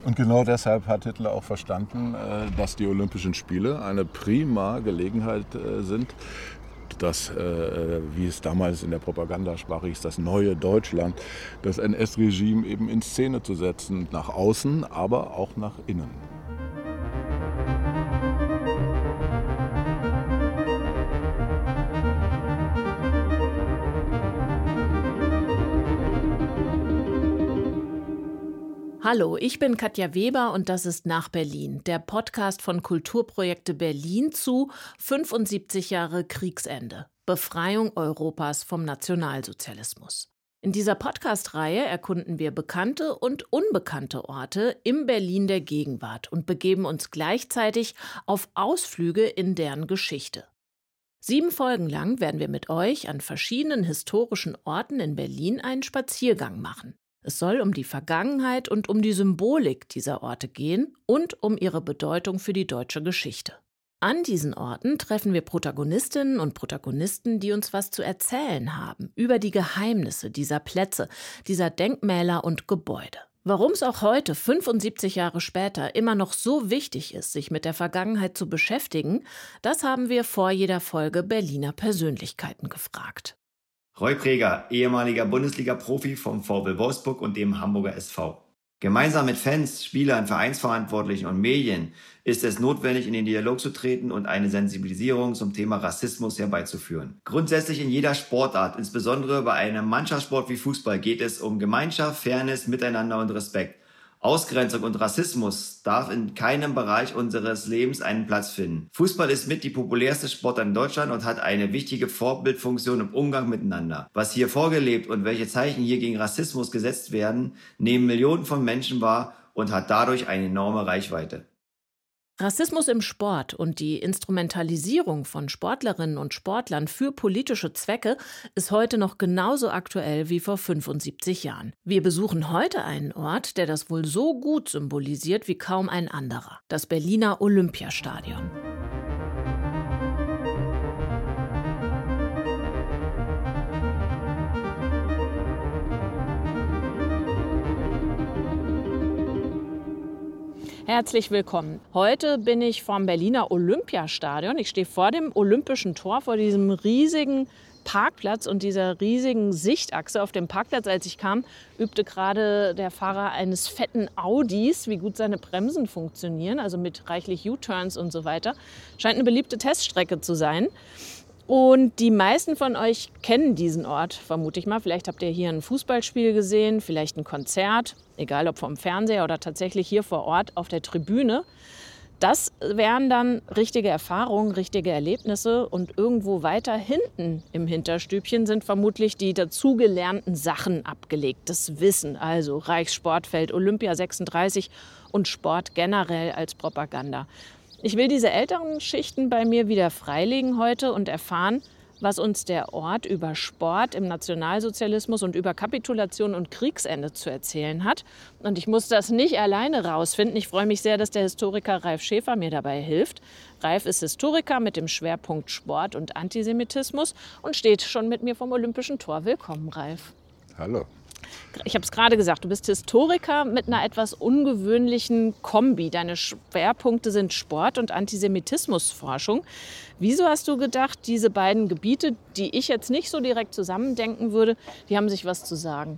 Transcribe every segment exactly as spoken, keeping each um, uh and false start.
Und genau deshalb hat Hitler auch verstanden, dass die Olympischen Spiele eine prima Gelegenheit sind, das, wie es damals in der Propagandasprache hieß, das neue Deutschland, das N S-Regime eben in Szene zu setzen, nach außen, aber auch nach innen. Hallo, ich bin Katja Weber und das ist Nach Berlin, der Podcast von Kulturprojekte Berlin zu fünfundsiebzig Jahre Kriegsende, Befreiung Europas vom Nationalsozialismus. In dieser Podcast-Reihe erkunden wir bekannte und unbekannte Orte im Berlin der Gegenwart und begeben uns gleichzeitig auf Ausflüge in deren Geschichte. Sieben Folgen lang werden wir mit euch an verschiedenen historischen Orten in Berlin einen Spaziergang machen. Es soll um die Vergangenheit und um die Symbolik dieser Orte gehen und um ihre Bedeutung für die deutsche Geschichte. An diesen Orten treffen wir Protagonistinnen und Protagonisten, die uns was zu erzählen haben über die Geheimnisse dieser Plätze, dieser Denkmäler und Gebäude. Warum es auch heute, fünfundsiebzig Jahre später, immer noch so wichtig ist, sich mit der Vergangenheit zu beschäftigen, das haben wir vor jeder Folge Berliner Persönlichkeiten gefragt. Roy Preger, ehemaliger Bundesliga-Profi vom VfL Wolfsburg und dem Hamburger S V. Gemeinsam mit Fans, Spielern, Vereinsverantwortlichen und Medien ist es notwendig, in den Dialog zu treten und eine Sensibilisierung zum Thema Rassismus herbeizuführen. Grundsätzlich in jeder Sportart, insbesondere bei einem Mannschaftssport wie Fußball, geht es um Gemeinschaft, Fairness, Miteinander und Respekt. Ausgrenzung und Rassismus darf in keinem Bereich unseres Lebens einen Platz finden. Fußball ist mit die populärste Sportart in Deutschland und hat eine wichtige Vorbildfunktion im Umgang miteinander. Was hier vorgelebt und welche Zeichen hier gegen Rassismus gesetzt werden, nehmen Millionen von Menschen wahr und hat dadurch eine enorme Reichweite. Rassismus im Sport und die Instrumentalisierung von Sportlerinnen und Sportlern für politische Zwecke ist heute noch genauso aktuell wie vor fünfundsiebzig Jahren. Wir besuchen heute einen Ort, der das wohl so gut symbolisiert wie kaum ein anderer: das Berliner Olympiastadion. Herzlich willkommen. Heute bin ich vom Berliner Olympiastadion. Ich stehe vor dem Olympischen Tor, vor diesem riesigen Parkplatz und dieser riesigen Sichtachse. Auf dem Parkplatz, als ich kam, übte gerade der Fahrer eines fetten Audis, wie gut seine Bremsen funktionieren, also mit reichlich U-Turns und so weiter. Scheint eine beliebte Teststrecke zu sein. Und die meisten von euch kennen diesen Ort, vermute ich mal. Vielleicht habt ihr hier ein Fußballspiel gesehen, vielleicht ein Konzert, egal ob vom Fernseher oder tatsächlich hier vor Ort auf der Tribüne. Das wären dann richtige Erfahrungen, richtige Erlebnisse. Und irgendwo weiter hinten im Hinterstübchen sind vermutlich die dazugelernten Sachen abgelegt. Das Wissen, also Reichssportfeld, Olympia sechsunddreißig und Sport generell als Propaganda. Ich will diese älteren Schichten bei mir wieder freilegen heute und erfahren, was uns der Ort über Sport im Nationalsozialismus und über Kapitulation und Kriegsende zu erzählen hat. Und ich muss das nicht alleine rausfinden. Ich freue mich sehr, dass der Historiker Ralf Schäfer mir dabei hilft. Ralf ist Historiker mit dem Schwerpunkt Sport und Antisemitismus und steht schon mit mir vom Olympischen Tor. Willkommen, Ralf. Hallo. Ich habe es gerade gesagt, du bist Historiker mit einer etwas ungewöhnlichen Kombi. Deine Schwerpunkte sind Sport- und Antisemitismusforschung. Wieso hast du gedacht, diese beiden Gebiete, die ich jetzt nicht so direkt zusammendenken würde, die haben sich was zu sagen?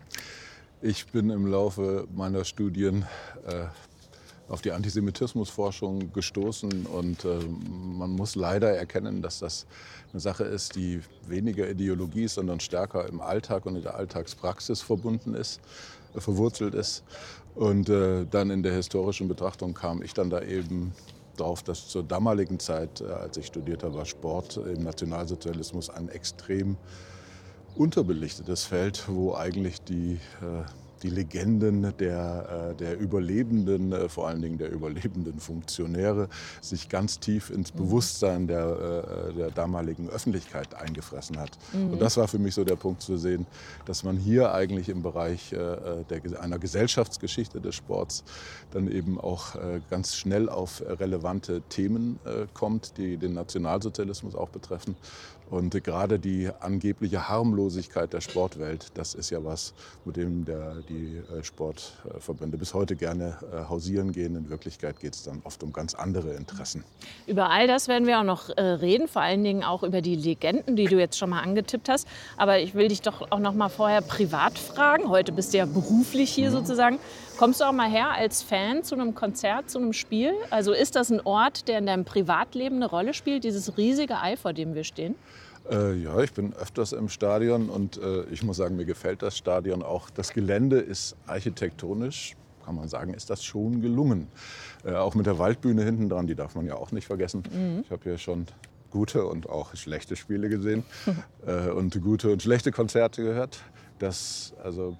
Ich bin im Laufe meiner Studien äh, auf die Antisemitismusforschung gestoßen und äh, man muss leider erkennen, dass das eine Sache ist, die weniger Ideologie ist, sondern stärker im Alltag und in der Alltagspraxis verbunden ist, äh, verwurzelt ist. Und äh, dann in der historischen Betrachtung kam ich dann da eben drauf, dass zur damaligen Zeit, äh, als ich studiert habe, war Sport im Nationalsozialismus ein extrem unterbelichtetes Feld, wo eigentlich die äh, die Legenden der, äh, der Überlebenden, äh, vor allen Dingen der überlebenden Funktionäre, sich ganz tief ins Bewusstsein der, äh, der damaligen Öffentlichkeit eingefressen hat. Mhm. Und das war für mich so der Punkt zu sehen, dass man hier eigentlich im Bereich äh, der, einer Gesellschaftsgeschichte des Sports dann eben auch äh, ganz schnell auf relevante Themen äh, kommt, die den Nationalsozialismus auch betreffen. Und gerade die angebliche Harmlosigkeit der Sportwelt, das ist ja was, mit dem der, die Sportverbände bis heute gerne hausieren gehen. In Wirklichkeit geht es dann oft um ganz andere Interessen. Über all das werden wir auch noch äh, reden, vor allen Dingen auch über die Legenden, die du jetzt schon mal angetippt hast. Aber ich will dich doch auch noch mal vorher privat fragen. Heute bist du ja beruflich hier mhm. sozusagen. Kommst du auch mal her als Fan zu einem Konzert, zu einem Spiel? Also ist das ein Ort, der in deinem Privatleben eine Rolle spielt, dieses riesige Ei, vor dem wir stehen? Äh, ja, ich bin öfters im Stadion und äh, ich muss sagen, mir gefällt das Stadion auch. Das Gelände ist architektonisch, kann man sagen, ist das schon gelungen. Äh, auch mit der Waldbühne hinten dran, die darf man ja auch nicht vergessen. Mhm. Ich habe hier schon gute und auch schlechte Spiele gesehen äh, und gute und schlechte Konzerte gehört. Das, also,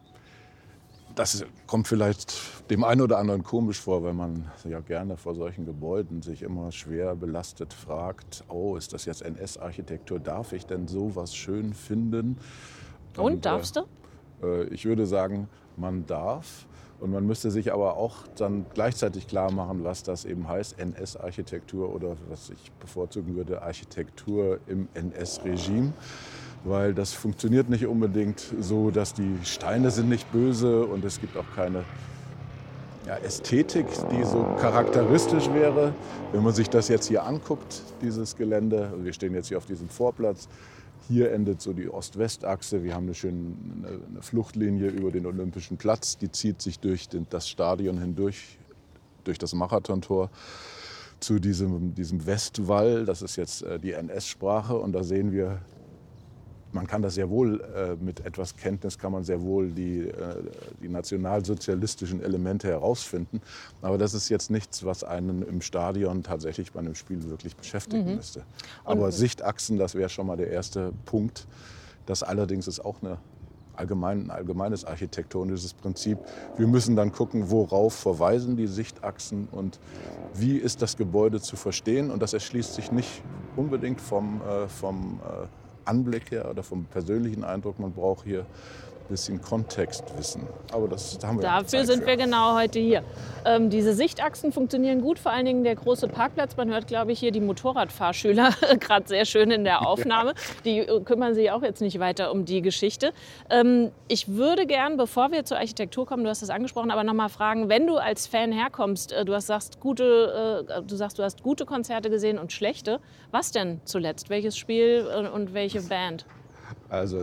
das kommt vielleicht dem einen oder anderen komisch vor, weil man ja gerne vor solchen Gebäuden sich immer schwer belastet fragt, oh, ist das jetzt N S-Architektur, darf ich denn sowas schön finden? Und, und darfst du? Äh, ich würde sagen, man darf. Und man müsste sich aber auch dann gleichzeitig klar machen, was das eben heißt, N S-Architektur oder was ich bevorzugen würde, Architektur im N S-Regime. Weil das funktioniert nicht unbedingt so, dass die Steine sind nicht böse und es gibt auch keine ja, Ästhetik, die so charakteristisch wäre. Wenn man sich das jetzt hier anguckt, dieses Gelände, wir stehen jetzt hier auf diesem Vorplatz, hier endet so die Ost-West-Achse. Wir haben eine schöne eine Fluchtlinie über den Olympischen Platz. Die zieht sich durch den, das Stadion hindurch, durch das Marathontor zu diesem, diesem Westwall. Das ist jetzt äh, die N S-Sprache. Und da sehen wir, man kann das sehr wohl, äh, mit etwas Kenntnis kann man sehr wohl die, äh, die nationalsozialistischen Elemente herausfinden. Aber das ist jetzt nichts, was einen im Stadion tatsächlich bei einem Spiel wirklich beschäftigen mhm. müsste. Aber Und Sichtachsen, das wäre schon mal der erste Punkt. Das allerdings ist auch eine allgemein, ein allgemeines architektonisches Prinzip. Wir müssen dann gucken, worauf verweisen die Sichtachsen und wie ist das Gebäude zu verstehen. Und das erschließt sich nicht unbedingt vom, äh, vom äh, Anblick her oder vom persönlichen Eindruck. Man braucht hier ein bisschen Kontextwissen. Aber das haben wir Dafür Zeit sind für. wir genau heute hier. Ähm, diese Sichtachsen funktionieren gut, vor allen Dingen der große Parkplatz. Man hört, glaube ich, hier die Motorradfahrschüler gerade sehr schön in der Aufnahme. Ja. Die äh, kümmern sich auch jetzt nicht weiter um die Geschichte. Ähm, ich würde gern, bevor wir zur Architektur kommen, du hast das angesprochen, aber noch mal fragen, wenn du als Fan herkommst, äh, du hast sagst, gute, äh, du sagst, du hast gute Konzerte gesehen und schlechte. Was denn zuletzt? Welches Spiel und, und welche Band? Also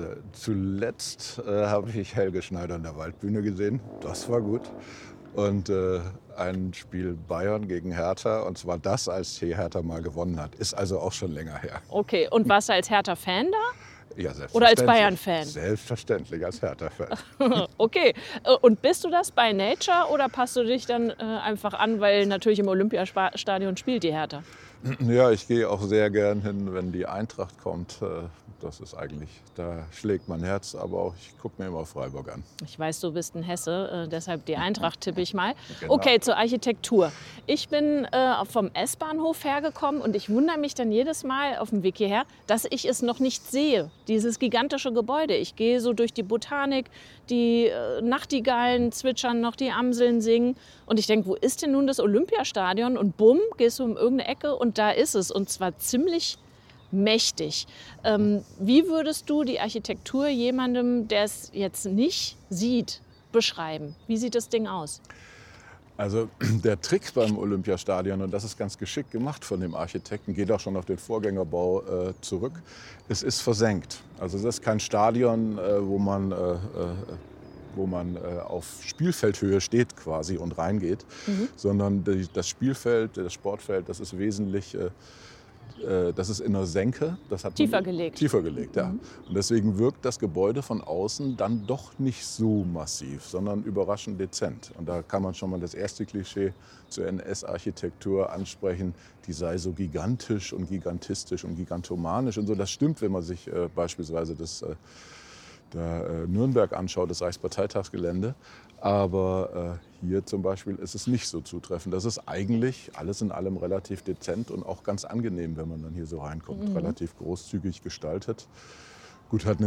zuletzt äh, habe ich Helge Schneider in der Waldbühne gesehen. Das war gut. Und äh, ein Spiel Bayern gegen Hertha. Und zwar das, als die Hertha mal gewonnen hat. Ist also auch schon länger her. Okay, und warst du als Hertha-Fan da? Ja, selbstverständlich. Oder als Bayern-Fan? Selbstverständlich als Hertha-Fan. Okay, und bist du das bei Nature oder passt du dich dann äh, einfach an, weil natürlich im Olympiastadion spielt die Hertha? Ja, ich gehe auch sehr gern hin, wenn die Eintracht kommt. Das ist eigentlich, da schlägt mein Herz, aber auch ich gucke mir immer Freiburg an. Ich weiß, du bist ein Hesse, äh, deshalb die Eintracht tippe ich mal. Genau. Okay, zur Architektur. Ich bin äh, vom S-Bahnhof hergekommen und ich wundere mich dann jedes Mal auf dem Weg hierher, dass ich es noch nicht sehe, dieses gigantische Gebäude. Ich gehe so durch die Botanik, die äh, Nachtigallen zwitschern noch, die Amseln singen und ich denke, wo ist denn nun das Olympiastadion? Und bumm, gehst du um irgendeine Ecke und da ist es und zwar ziemlich mächtig. Ähm, wie würdest du die Architektur jemandem, der es jetzt nicht sieht, beschreiben? Wie sieht das Ding aus? Also der Trick beim Olympiastadion, und das ist ganz geschickt gemacht von dem Architekten, geht auch schon auf den Vorgängerbau äh, zurück, es ist versenkt. Also es ist kein Stadion, äh, wo man, äh, äh, wo man äh, auf Spielfeldhöhe steht quasi und reingeht, mhm. sondern die, das Spielfeld, das Sportfeld, das ist wesentlich... Äh, Das ist in einer Senke. Das hat tiefer gelegt. Tiefer gelegt, ja. Mhm. Und deswegen wirkt das Gebäude von außen dann doch nicht so massiv, sondern überraschend dezent. Und da kann man schon mal das erste Klischee zur N S-Architektur ansprechen. Die sei so gigantisch und gigantistisch und gigantomanisch und so. Das stimmt, wenn man sich äh, beispielsweise das äh, da, äh, Nürnberg anschaut, das Reichsparteitagsgelände. Aber äh, hier zum Beispiel ist es nicht so zutreffend. Das ist eigentlich alles in allem relativ dezent und auch ganz angenehm, wenn man dann hier so reinkommt. Mhm. Relativ großzügig gestaltet. Gut, hat eine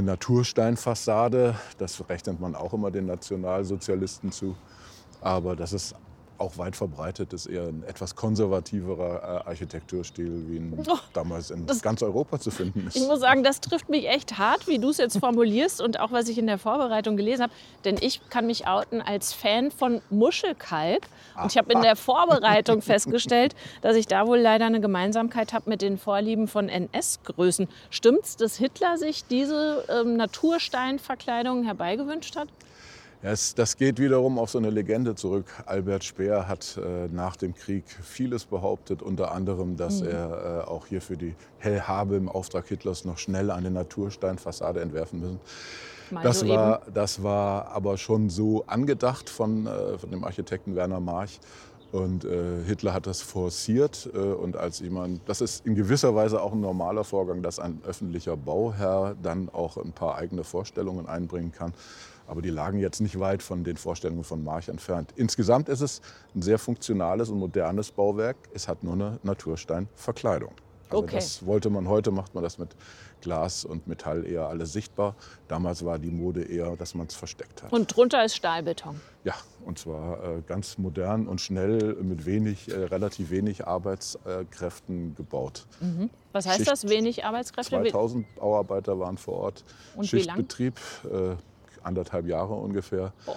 Natursteinfassade, das rechnet man auch immer den Nationalsozialisten zu. Aber das ist auch weit verbreitet ist, eher ein etwas konservativerer äh, Architekturstil, wie ihn Oh, damals in das- ganz Europa zu finden ist. Ich muss sagen, das trifft mich echt hart, wie du es jetzt formulierst und auch was ich in der Vorbereitung gelesen habe. Denn ich kann mich outen als Fan von Muschelkalk. Und ich habe in der Vorbereitung festgestellt, dass ich da wohl leider eine Gemeinsamkeit habe mit den Vorlieben von N S-Größen. Stimmt's, dass Hitler sich diese ähm, Natursteinverkleidung herbeigewünscht hat? Ja, es, das geht wiederum auf so eine Legende zurück. Albert Speer hat äh, nach dem Krieg vieles behauptet, unter anderem, dass Mhm. er äh, auch hier für die Hellhabe im Auftrag Hitlers noch schnell eine Natursteinfassade entwerfen müssen. Mal Das so war, das war aber schon so angedacht von, äh, von dem Architekten Werner March. Und äh, Hitler hat das forciert. Äh, und als jemand, das ist in gewisser Weise auch ein normaler Vorgang, dass ein öffentlicher Bauherr dann auch ein paar eigene Vorstellungen einbringen kann. Aber die lagen jetzt nicht weit von den Vorstellungen von March entfernt. Insgesamt ist es ein sehr funktionales und modernes Bauwerk. Es hat nur eine Natursteinverkleidung. Also Okay. das wollte man, heute macht man das mit Glas und Metall eher alles sichtbar. Damals war die Mode eher, dass man es versteckt hat. Und drunter ist Stahlbeton. Ja, und zwar äh, ganz modern und schnell mit wenig, äh, relativ wenig Arbeitskräften gebaut. Was heißt Schicht- das, wenig Arbeitskräfte? zweitausend Bauarbeiter waren vor Ort. Und wie lang? Schichtbetrieb, äh, anderthalb Jahre ungefähr. Boah.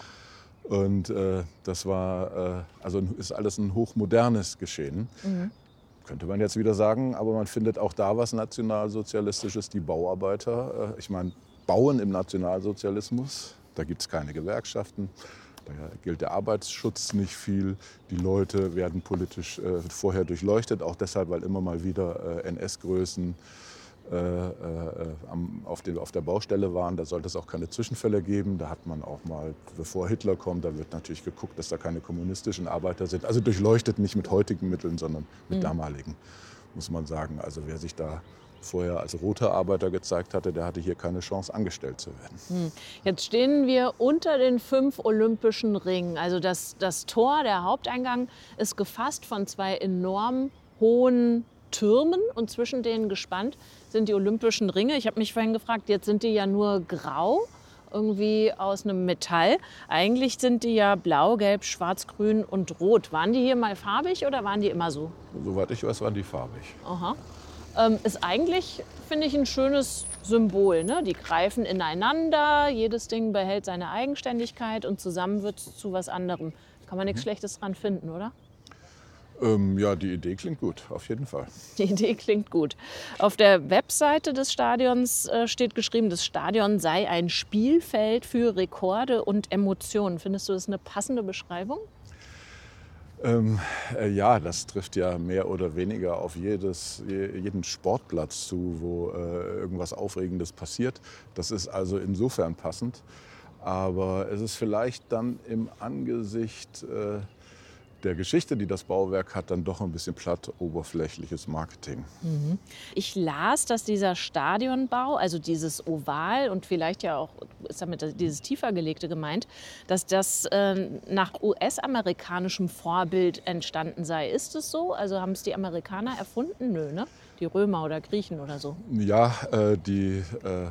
Und äh, das war, äh, also ist alles ein hochmodernes Geschehen. Mhm. Könnte man jetzt wieder sagen, aber man findet auch da was Nationalsozialistisches, die Bauarbeiter. Äh, ich meine, Bauen im Nationalsozialismus, da gibt es keine Gewerkschaften. Da gilt der Arbeitsschutz nicht viel. Die Leute werden politisch äh, vorher durchleuchtet, auch deshalb, weil immer mal wieder äh, N S-Größen äh, äh, am, auf, den, auf der Baustelle waren. Da sollte es auch keine Zwischenfälle geben. Da hat man auch mal, bevor Hitler kommt, da wird natürlich geguckt, dass da keine kommunistischen Arbeiter sind. Also durchleuchtet nicht mit heutigen Mitteln, sondern mit damaligen, muss man sagen. Also wer sich da vorher als roter Arbeiter gezeigt hatte, der hatte hier keine Chance, angestellt zu werden. Jetzt stehen wir unter den fünf Olympischen Ringen. Also das, das Tor, der Haupteingang, ist gefasst von zwei enorm hohen Türmen und zwischen denen gespannt sind die Olympischen Ringe. Ich habe mich vorhin gefragt, jetzt sind die ja nur grau, irgendwie aus einem Metall. Eigentlich sind die ja blau, gelb, schwarz, grün und rot. Waren die hier mal farbig oder waren die immer so? Soweit ich weiß, waren die farbig. Aha. Ähm, ist eigentlich, finde ich, ein schönes Symbol. Ne? Die greifen ineinander, jedes Ding behält seine Eigenständigkeit und zusammen wird es zu was anderem. Kann man nichts Schlechtes dran finden, oder? Ähm, ja, die Idee klingt gut, auf jeden Fall. Die Idee klingt gut. Auf der Webseite des Stadions äh, steht geschrieben, das Stadion sei ein Spielfeld für Rekorde und Emotionen. Findest du das eine passende Beschreibung? Ähm, äh, ja, das trifft ja mehr oder weniger auf jedes, je, jeden Sportplatz zu, wo äh, irgendwas Aufregendes passiert. Das ist also insofern passend. Aber es ist vielleicht dann im Angesicht äh, der Geschichte, die das Bauwerk hat, dann doch ein bisschen platt oberflächliches Marketing. Ich las, dass dieser Stadionbau, also dieses Oval und vielleicht ja auch ist damit dieses tiefer gelegte gemeint, dass das äh, nach U S-amerikanischem Vorbild entstanden sei. Ist es so? Also haben es die Amerikaner erfunden? Nö, ne? Die Römer oder Griechen oder so. Ja, äh, die, äh,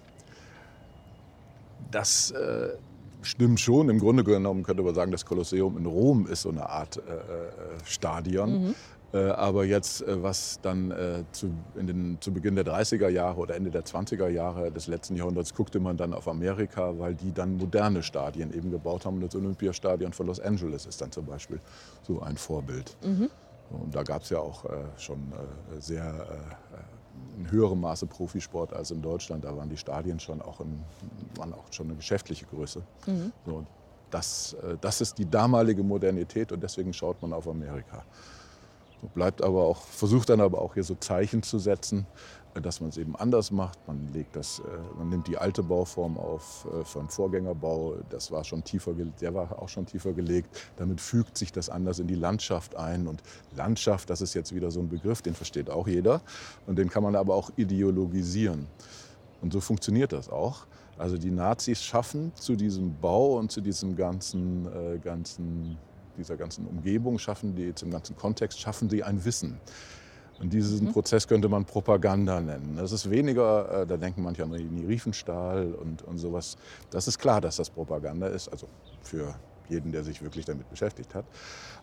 das äh, stimmt schon. Im Grunde genommen könnte man sagen, das Kolosseum in Rom ist so eine Art äh, äh, Stadion. Mhm. Äh, aber jetzt, äh, was dann äh, zu, in den, zu Beginn der dreißiger Jahre oder Ende der zwanziger Jahre des letzten Jahrhunderts guckte man dann auf Amerika, weil die dann moderne Stadien eben gebaut haben. Und das Olympiastadion von Los Angeles ist dann zum Beispiel so ein Vorbild. Mhm. Und da gab es ja auch äh, schon äh, sehr äh, in höherem Maße Profisport als in Deutschland. Da waren die Stadien schon auch, in, waren auch schon eine geschäftliche Größe. Mhm. So, das, äh, das ist die damalige Modernität und deswegen schaut man auf Amerika. So bleibt aber auch, versucht dann aber auch hier so Zeichen zu setzen, äh, dass man es eben anders macht. Man, legt das, äh, man nimmt die alte Bauform auf äh, vom Vorgängerbau, das war schon tiefer, ge- der war auch schon tiefer gelegt. Damit fügt sich das anders in die Landschaft ein. Und Landschaft, das ist jetzt wieder so ein Begriff, den versteht auch jeder. Und den kann man aber auch ideologisieren. Und so funktioniert das auch. Also die Nazis schaffen zu diesem Bau und zu diesem ganzen, äh, ganzen, dieser ganzen Umgebung, schaffen die, zum ganzen Kontext, schaffen sie ein Wissen. Und diesen Mhm. Prozess könnte man Propaganda nennen. Das ist weniger, äh, da denken manche an René Riefenstahl und, und sowas. Das ist klar, dass das Propaganda ist, also für jeden, der sich wirklich damit beschäftigt hat.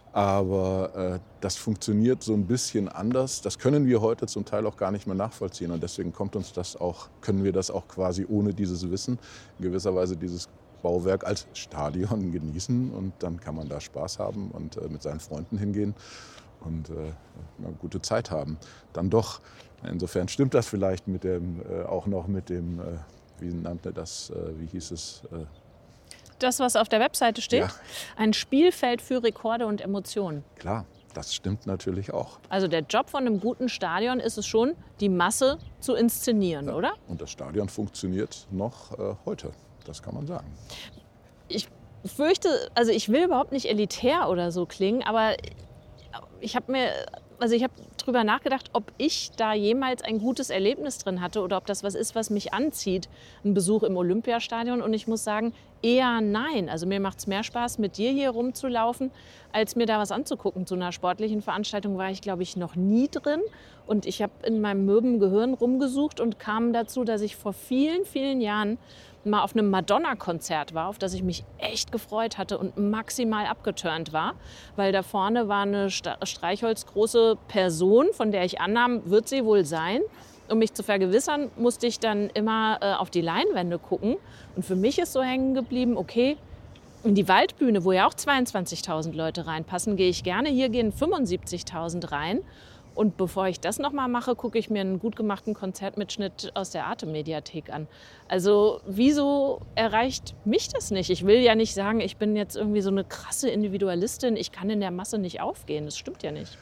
Aber äh, das funktioniert so ein bisschen anders. Das können wir heute zum Teil auch gar nicht mehr nachvollziehen. Und deswegen kommt uns das auch, können wir das auch quasi ohne dieses Wissen in gewisser Weise dieses Bauwerk als Stadion genießen. Und dann kann man da Spaß haben und äh, mit seinen Freunden hingehen und äh, eine gute Zeit haben. Dann doch, insofern stimmt das vielleicht mit dem, äh, auch noch mit dem, äh, wie nannte das, äh, wie hieß es, äh, Das, was auf der Webseite steht, Ja. ein Spielfeld für Rekorde und Emotionen. Klar, das stimmt natürlich auch. Also der Job von einem guten Stadion ist es schon, die Masse zu inszenieren, Ja. oder? Und das Stadion funktioniert noch äh, heute, das kann man sagen. Ich fürchte, also ich will überhaupt nicht elitär oder so klingen, aber ich habe mir, also ich habe drüber nachgedacht, ob ich da jemals ein gutes Erlebnis drin hatte oder ob das was ist, was mich anzieht, ein Besuch im Olympiastadion. Und ich muss sagen, eher nein. Also mir macht es mehr Spaß, mit dir hier rumzulaufen, als mir da was anzugucken. Zu einer sportlichen Veranstaltung war ich, glaube ich, noch nie drin. Und ich habe in meinem mürben Gehirn rumgesucht und kam dazu, dass ich vor vielen, vielen Jahren mal auf einem Madonna-Konzert war, auf das ich mich echt gefreut hatte und maximal abgeturnt war, weil da vorne war eine streichholzgroße Person, von der ich annahm, wird sie wohl sein. Um mich zu vergewissern, musste ich dann immer äh, auf die Leinwände gucken. Und für mich ist so hängen geblieben, okay, in die Waldbühne, wo ja auch zweiundzwanzigtausend Leute reinpassen, gehe ich gerne. Hier gehen fünfundsiebzigtausend rein. Und bevor ich das noch mal mache, gucke ich mir einen gut gemachten Konzertmitschnitt aus der Arte-Mediathek an. Also wieso erreicht mich das nicht? Ich will ja nicht sagen, ich bin jetzt irgendwie so eine krasse Individualistin, ich kann in der Masse nicht aufgehen. Das stimmt ja nicht.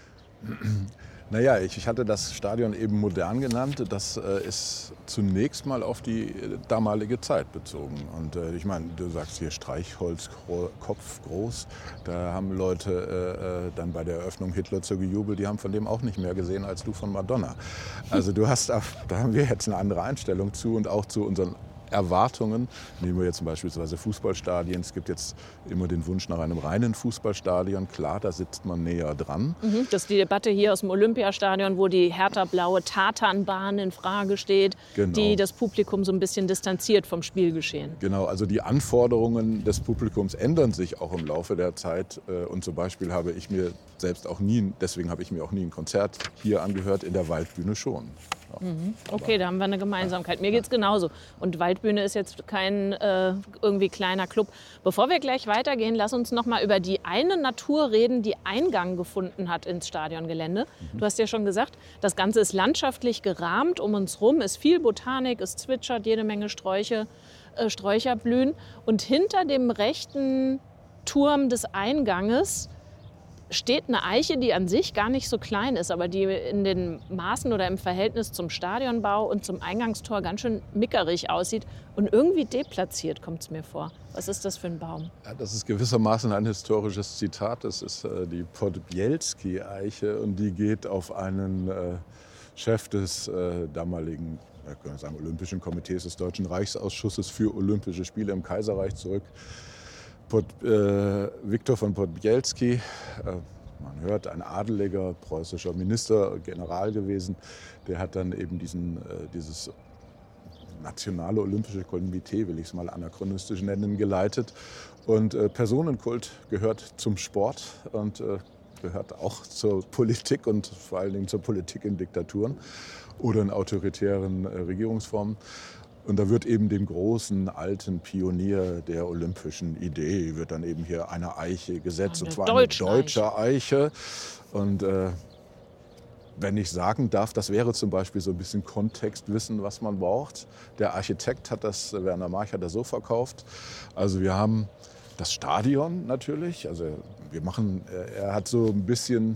Naja, ich, ich hatte das Stadion eben modern genannt. Das äh, ist zunächst mal auf die äh, damalige Zeit bezogen. Und äh, ich meine, du sagst hier Streichholzkopf groß. Da haben Leute äh, dann bei der Eröffnung Hitler zu gejubelt. Die haben von dem auch nicht mehr gesehen als du von Madonna. Also du hast, auch, da haben wir jetzt eine andere Einstellung zu und auch zu unseren Erwartungen. Nehmen wir jetzt beispielsweise Fußballstadien. Es gibt jetzt immer den Wunsch nach einem reinen Fußballstadion. Klar, da sitzt man näher dran. Mhm, das ist die Debatte hier aus dem Olympiastadion, wo die Hertha-blaue Tatanbahn in Frage steht, Genau. die das Publikum so ein bisschen distanziert vom Spielgeschehen. Genau, also die Anforderungen des Publikums ändern sich auch im Laufe der Zeit. Und zum Beispiel habe ich mir selbst auch nie, deswegen habe ich mir auch nie ein Konzert hier angehört, in der Waldbühne schon. Ja. Mhm. Okay, da haben wir eine Gemeinsamkeit. Mir geht es genauso. Und Waldbühne ist jetzt kein äh, irgendwie kleiner Club. Bevor wir gleich weitergehen, lass uns noch mal über die eine Natur reden, die Eingang gefunden hat ins Stadiongelände. Mhm. Du hast ja schon gesagt, das Ganze ist landschaftlich gerahmt. Um uns rum ist viel Botanik, es zwitschert, jede Menge Sträuche, äh, Sträucher blühen. Und hinter dem rechten Turm des Einganges steht eine Eiche, die an sich gar nicht so klein ist, aber die in den Maßen oder im Verhältnis zum Stadionbau und zum Eingangstor ganz schön mickerig aussieht und irgendwie deplatziert, kommt es mir vor. Was ist das für ein Baum? Ja, das ist gewissermaßen ein historisches Zitat. Das ist äh, die Podbielski-Eiche und die geht auf einen äh, Chef des äh, damaligen ja, können wir sagen, Olympischen Komitees des Deutschen Reichsausschusses für Olympische Spiele im Kaiserreich zurück. Pod, äh, Viktor von Podbielski, äh, man hört, ein adeliger preußischer Minister, General gewesen, der hat dann eben diesen, äh, dieses nationale Olympische Komitee, will ich es mal anachronistisch nennen, geleitet. Und äh, Personenkult gehört zum Sport und äh, gehört auch zur Politik und vor allen Dingen zur Politik in Diktaturen oder in autoritären äh, Regierungsformen. Und da wird eben dem großen, alten Pionier der olympischen Idee, wird dann eben hier eine Eiche gesetzt, eine und zwar eine deutsche deutsche Eiche. Und äh, wenn ich sagen darf, das wäre zum Beispiel so ein bisschen Kontextwissen, was man braucht. Der Architekt hat das, Werner March hat das so verkauft. Also wir haben das Stadion natürlich, also wir machen, er hat so ein bisschen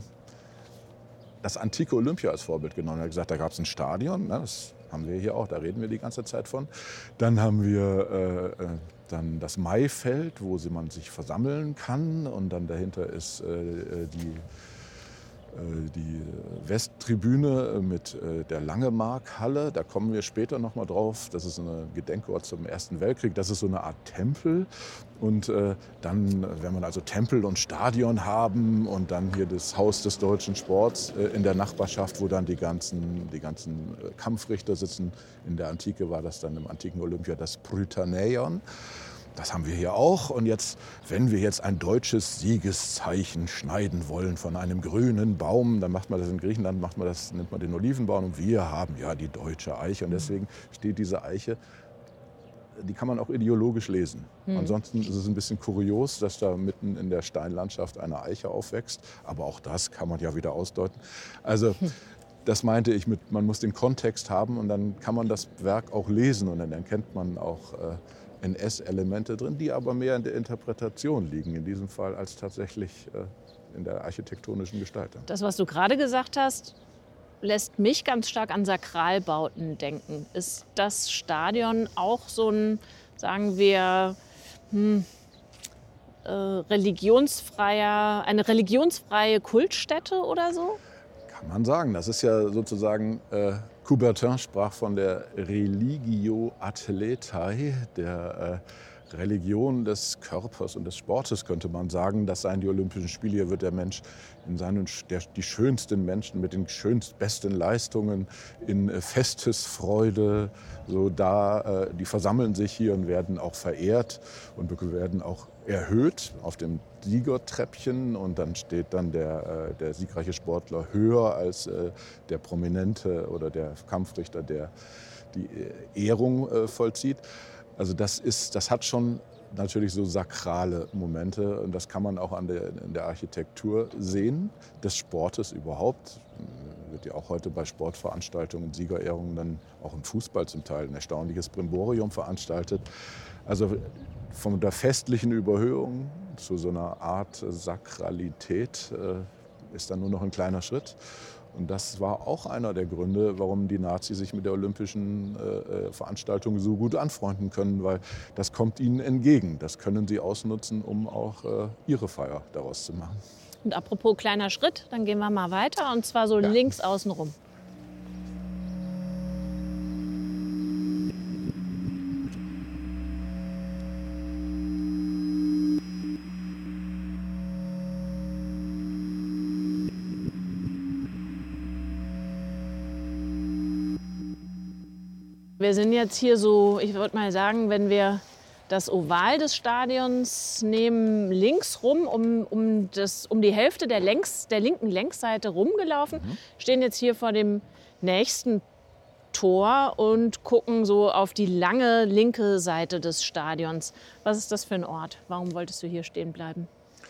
das antike Olympia als Vorbild genommen. Er hat gesagt, da gab es ein Stadion, ne, das haben wir hier auch, da reden wir die ganze Zeit von. Dann haben wir äh, dann das Maifeld, wo man sich versammeln kann. Und dann dahinter ist äh, die, äh, die Westtribüne mit äh, der Langemark-Halle. Da kommen wir später noch mal drauf. Das ist ein Gedenkort zum Ersten Weltkrieg. Das ist so eine Art Tempel. Und äh, dann, wenn man also Tempel und Stadion haben und dann hier das Haus des deutschen Sports äh, in der Nachbarschaft, wo dann die ganzen, die ganzen äh, Kampfrichter sitzen. In der Antike war das dann im antiken Olympia das Prytaneion. das haben wir hier auch. Und jetzt, wenn wir jetzt ein deutsches Siegeszeichen schneiden wollen von einem grünen Baum, dann macht man das in Griechenland, macht man das, nimmt man den Olivenbaum und wir haben ja die deutsche Eiche. Und deswegen steht diese Eiche, die kann man auch ideologisch lesen. Mhm. Ansonsten ist es ein bisschen kurios, dass da mitten in der Steinlandschaft eine Eiche aufwächst. Aber auch das kann man ja wieder ausdeuten. Also das meinte ich mit, man muss den Kontext haben und dann kann man das Werk auch lesen. Und dann erkennt man auch äh, N S-Elemente drin, die aber mehr in der Interpretation liegen, in diesem Fall als tatsächlich äh, in der architektonischen Gestaltung. Das, was du gerade gesagt hast, lässt mich ganz stark an Sakralbauten denken. Ist das Stadion auch so ein, sagen wir, hm, äh, religionsfreier, eine religionsfreie Kultstätte oder so? Kann man sagen. Das ist ja sozusagen, äh, Coubertin sprach von der Religio Athletae, der äh, Religion des Körpers und des Sportes, könnte man sagen. Das seien die Olympischen Spiele. Hier wird der Mensch in seinen, der, die schönsten Menschen mit den schönsten, besten Leistungen in äh, Festesfreude, so da, äh, die versammeln sich hier und werden auch verehrt und werden auch erhöht auf dem Siegertreppchen. Und dann steht dann der, äh, der siegreiche Sportler höher als äh, der Prominente oder der Kampfrichter, der die Ehrung äh, vollzieht. Also das, ist, das hat schon natürlich so sakrale Momente und das kann man auch an der, in der Architektur sehen, des Sportes überhaupt. Wird ja auch heute bei Sportveranstaltungen, Siegerehrungen, dann auch im Fußball zum Teil ein erstaunliches Brimborium veranstaltet. Also von der festlichen Überhöhung zu so einer Art Sakralität äh, ist dann nur noch ein kleiner Schritt. Und das war auch einer der Gründe, warum die Nazis sich mit der olympischen äh, Veranstaltung so gut anfreunden können, weil das kommt ihnen entgegen. Das können sie ausnutzen, um auch äh, ihre Feier daraus zu machen. Und apropos kleiner Schritt, dann gehen wir mal weiter und zwar so ja. links außen rum. Wir sind jetzt hier so, ich würde mal sagen, wenn wir das Oval des Stadions nehmen, links rum, um, um, das, um die Hälfte der, Längs, der linken Längsseite rumgelaufen, mhm. stehen jetzt hier vor dem nächsten Tor und gucken so auf die lange linke Seite des Stadions. Was ist das für ein Ort? Warum wolltest du hier stehen bleiben?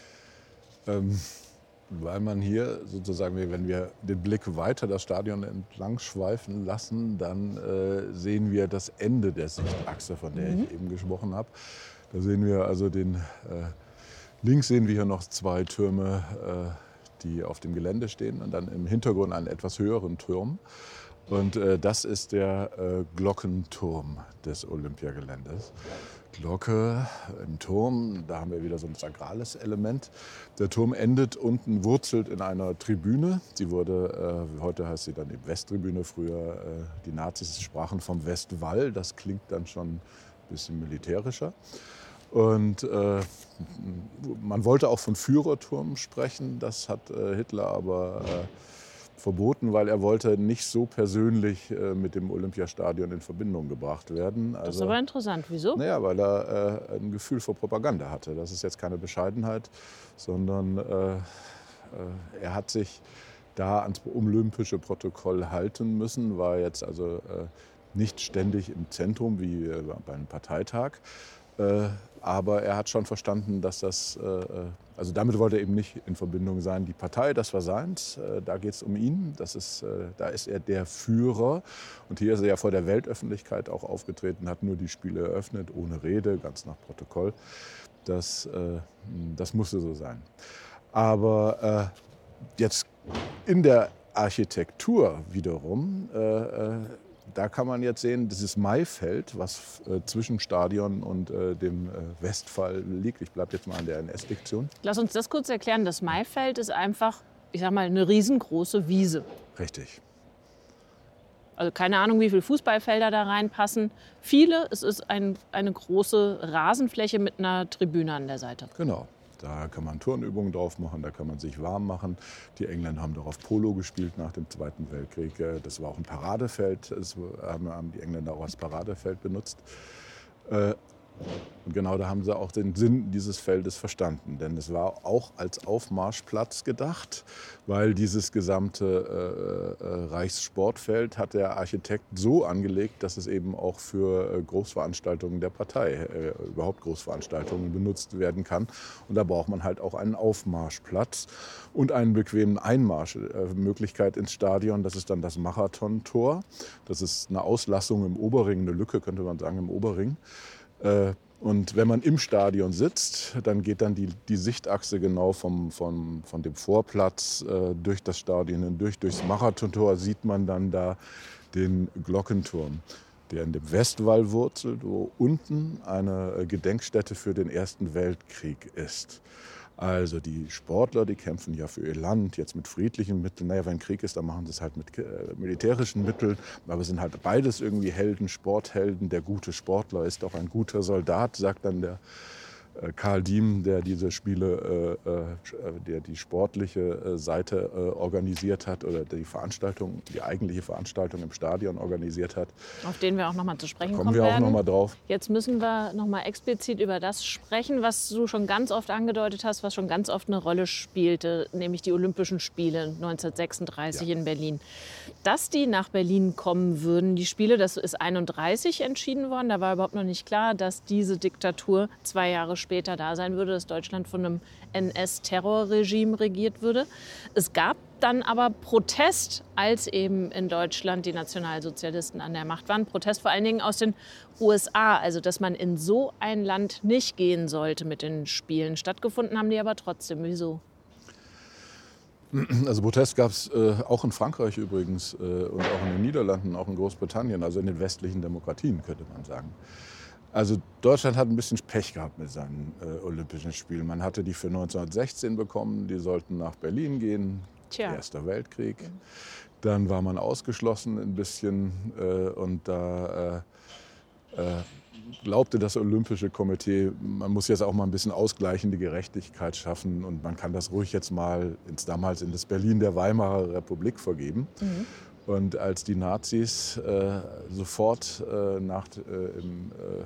Ähm Weil man hier sozusagen, wenn wir den Blick weiter das Stadion entlang schweifen lassen, dann äh, sehen wir das Ende der Sichtachse, von der mhm. ich eben gesprochen habe. Da sehen wir also den, äh, links sehen wir hier noch zwei Türme, äh, die auf dem Gelände stehen und dann im Hintergrund einen etwas höheren Turm. Und äh, das ist der äh, Glockenturm des Olympiageländes. Glocke im Turm, da haben wir wieder so ein sakrales Element. Der Turm endet unten, wurzelt in einer Tribüne. Sie wurde, äh, heute heißt sie dann eben Westtribüne, früher äh, die Nazis sprachen vom Westwall. Das klingt dann schon ein bisschen militärischer. Und äh, man wollte auch von Führerturm sprechen, das hat äh, Hitler aber äh, verboten, weil er wollte nicht so persönlich äh, mit dem Olympiastadion in Verbindung gebracht werden. Also, das ist aber interessant. Wieso? Naja, weil er äh, ein Gefühl für Propaganda hatte. Das ist jetzt keine Bescheidenheit, sondern äh, äh, er hat sich da ans olympische Protokoll halten müssen, war jetzt also äh, nicht ständig im Zentrum wie äh, beim Parteitag. Äh, aber er hat schon verstanden, dass das, äh, also damit wollte er eben nicht in Verbindung sein. Die Partei, das war seins, äh, da geht es um ihn, das ist, äh, da ist er der Führer. Und hier ist er ja vor der Weltöffentlichkeit auch aufgetreten, hat nur die Spiele eröffnet, ohne Rede, ganz nach Protokoll. Das, äh, das musste so sein. Aber äh, jetzt in der Architektur wiederum, äh, da kann man jetzt sehen, dieses Maifeld, was äh, zwischen Stadion und äh, dem äh, Westwall liegt. Ich bleibe jetzt mal an der N S-Diktion. Lass uns das kurz erklären. Das Maifeld ist einfach, ich sag mal, eine riesengroße Wiese. Richtig. Also keine Ahnung, wie viele Fußballfelder da reinpassen. Viele, es ist ein, eine große Rasenfläche mit einer Tribüne an der Seite. Genau. Da kann man Turnübungen drauf machen, da kann man sich warm machen. Die Engländer haben darauf Polo gespielt nach dem Zweiten Weltkrieg. Das war auch ein Paradefeld, das haben die Engländer auch als Paradefeld benutzt. Und genau da haben sie auch den Sinn dieses Feldes verstanden. Denn es war auch als Aufmarschplatz gedacht, weil dieses gesamte äh, äh, Reichssportfeld hat der Architekt so angelegt, dass es eben auch für äh, Großveranstaltungen der Partei, äh, überhaupt Großveranstaltungen benutzt werden kann. Und da braucht man halt auch einen Aufmarschplatz und einen bequemen Einmarschmöglichkeit ins Stadion. Das ist dann das Marathontor. Das ist eine Auslassung im Oberring, eine Lücke könnte man sagen im Oberring. Äh, Und wenn man im Stadion sitzt, dann geht dann die, die Sichtachse genau vom, vom, von dem Vorplatz äh, durch das Stadion hindurch. Durchs Marathontor sieht man dann da den Glockenturm, der in dem Westwall wurzelt, wo unten eine Gedenkstätte für den Ersten Weltkrieg ist. Also die Sportler, die kämpfen ja für ihr Land, jetzt mit friedlichen Mitteln. Naja, wenn Krieg ist, dann machen sie es halt mit äh, militärischen Mitteln. Aber es sind halt beides irgendwie Helden, Sporthelden. Der gute Sportler ist auch ein guter Soldat, sagt dann der äh, Karl Diem, der diese Spiele, äh, äh, der die sportliche äh, Seite äh, organisiert hat oder die Veranstaltung, die eigentliche Veranstaltung im Stadion organisiert hat. Auf den wir auch noch mal zu sprechen Da kommen kommen wir auch werden. noch mal drauf. Jetzt müssen wir noch mal explizit über das sprechen, was du schon ganz oft angedeutet hast, was schon ganz oft eine Rolle spielte, nämlich die Olympischen Spiele neunzehnhundertsechsunddreißig Ja. in Berlin. Dass die nach Berlin kommen würden, die Spiele, das ist einunddreißig entschieden worden. Da war überhaupt noch nicht klar, dass diese Diktatur zwei Jahre später da sein würde, dass Deutschland von einem N S-Terrorregime regiert würde. Es gab dann aber Protest, als eben in Deutschland die Nationalsozialisten an der Macht waren. Protest vor allen Dingen aus den U S A, also dass man in so ein Land nicht gehen sollte mit den Spielen. Stattgefunden haben die aber trotzdem. Wieso? Also Protest gab es äh, auch in Frankreich übrigens äh, und auch in den Niederlanden, auch in Großbritannien, also in den westlichen Demokratien, könnte man sagen. Also Deutschland hat ein bisschen Pech gehabt mit seinen äh, Olympischen Spielen. Man hatte die für neunzehnhundertsechzehn bekommen, die sollten nach Berlin gehen, Tja. Erster Weltkrieg. Dann war man ausgeschlossen ein bisschen äh, und da äh, äh, glaubte das Olympische Komitee, man muss jetzt auch mal ein bisschen ausgleichende Gerechtigkeit schaffen und man kann das ruhig jetzt mal ins, damals in das Berlin der Weimarer Republik vergeben. Mhm. Und als die Nazis äh, sofort äh, nach, äh, im, äh,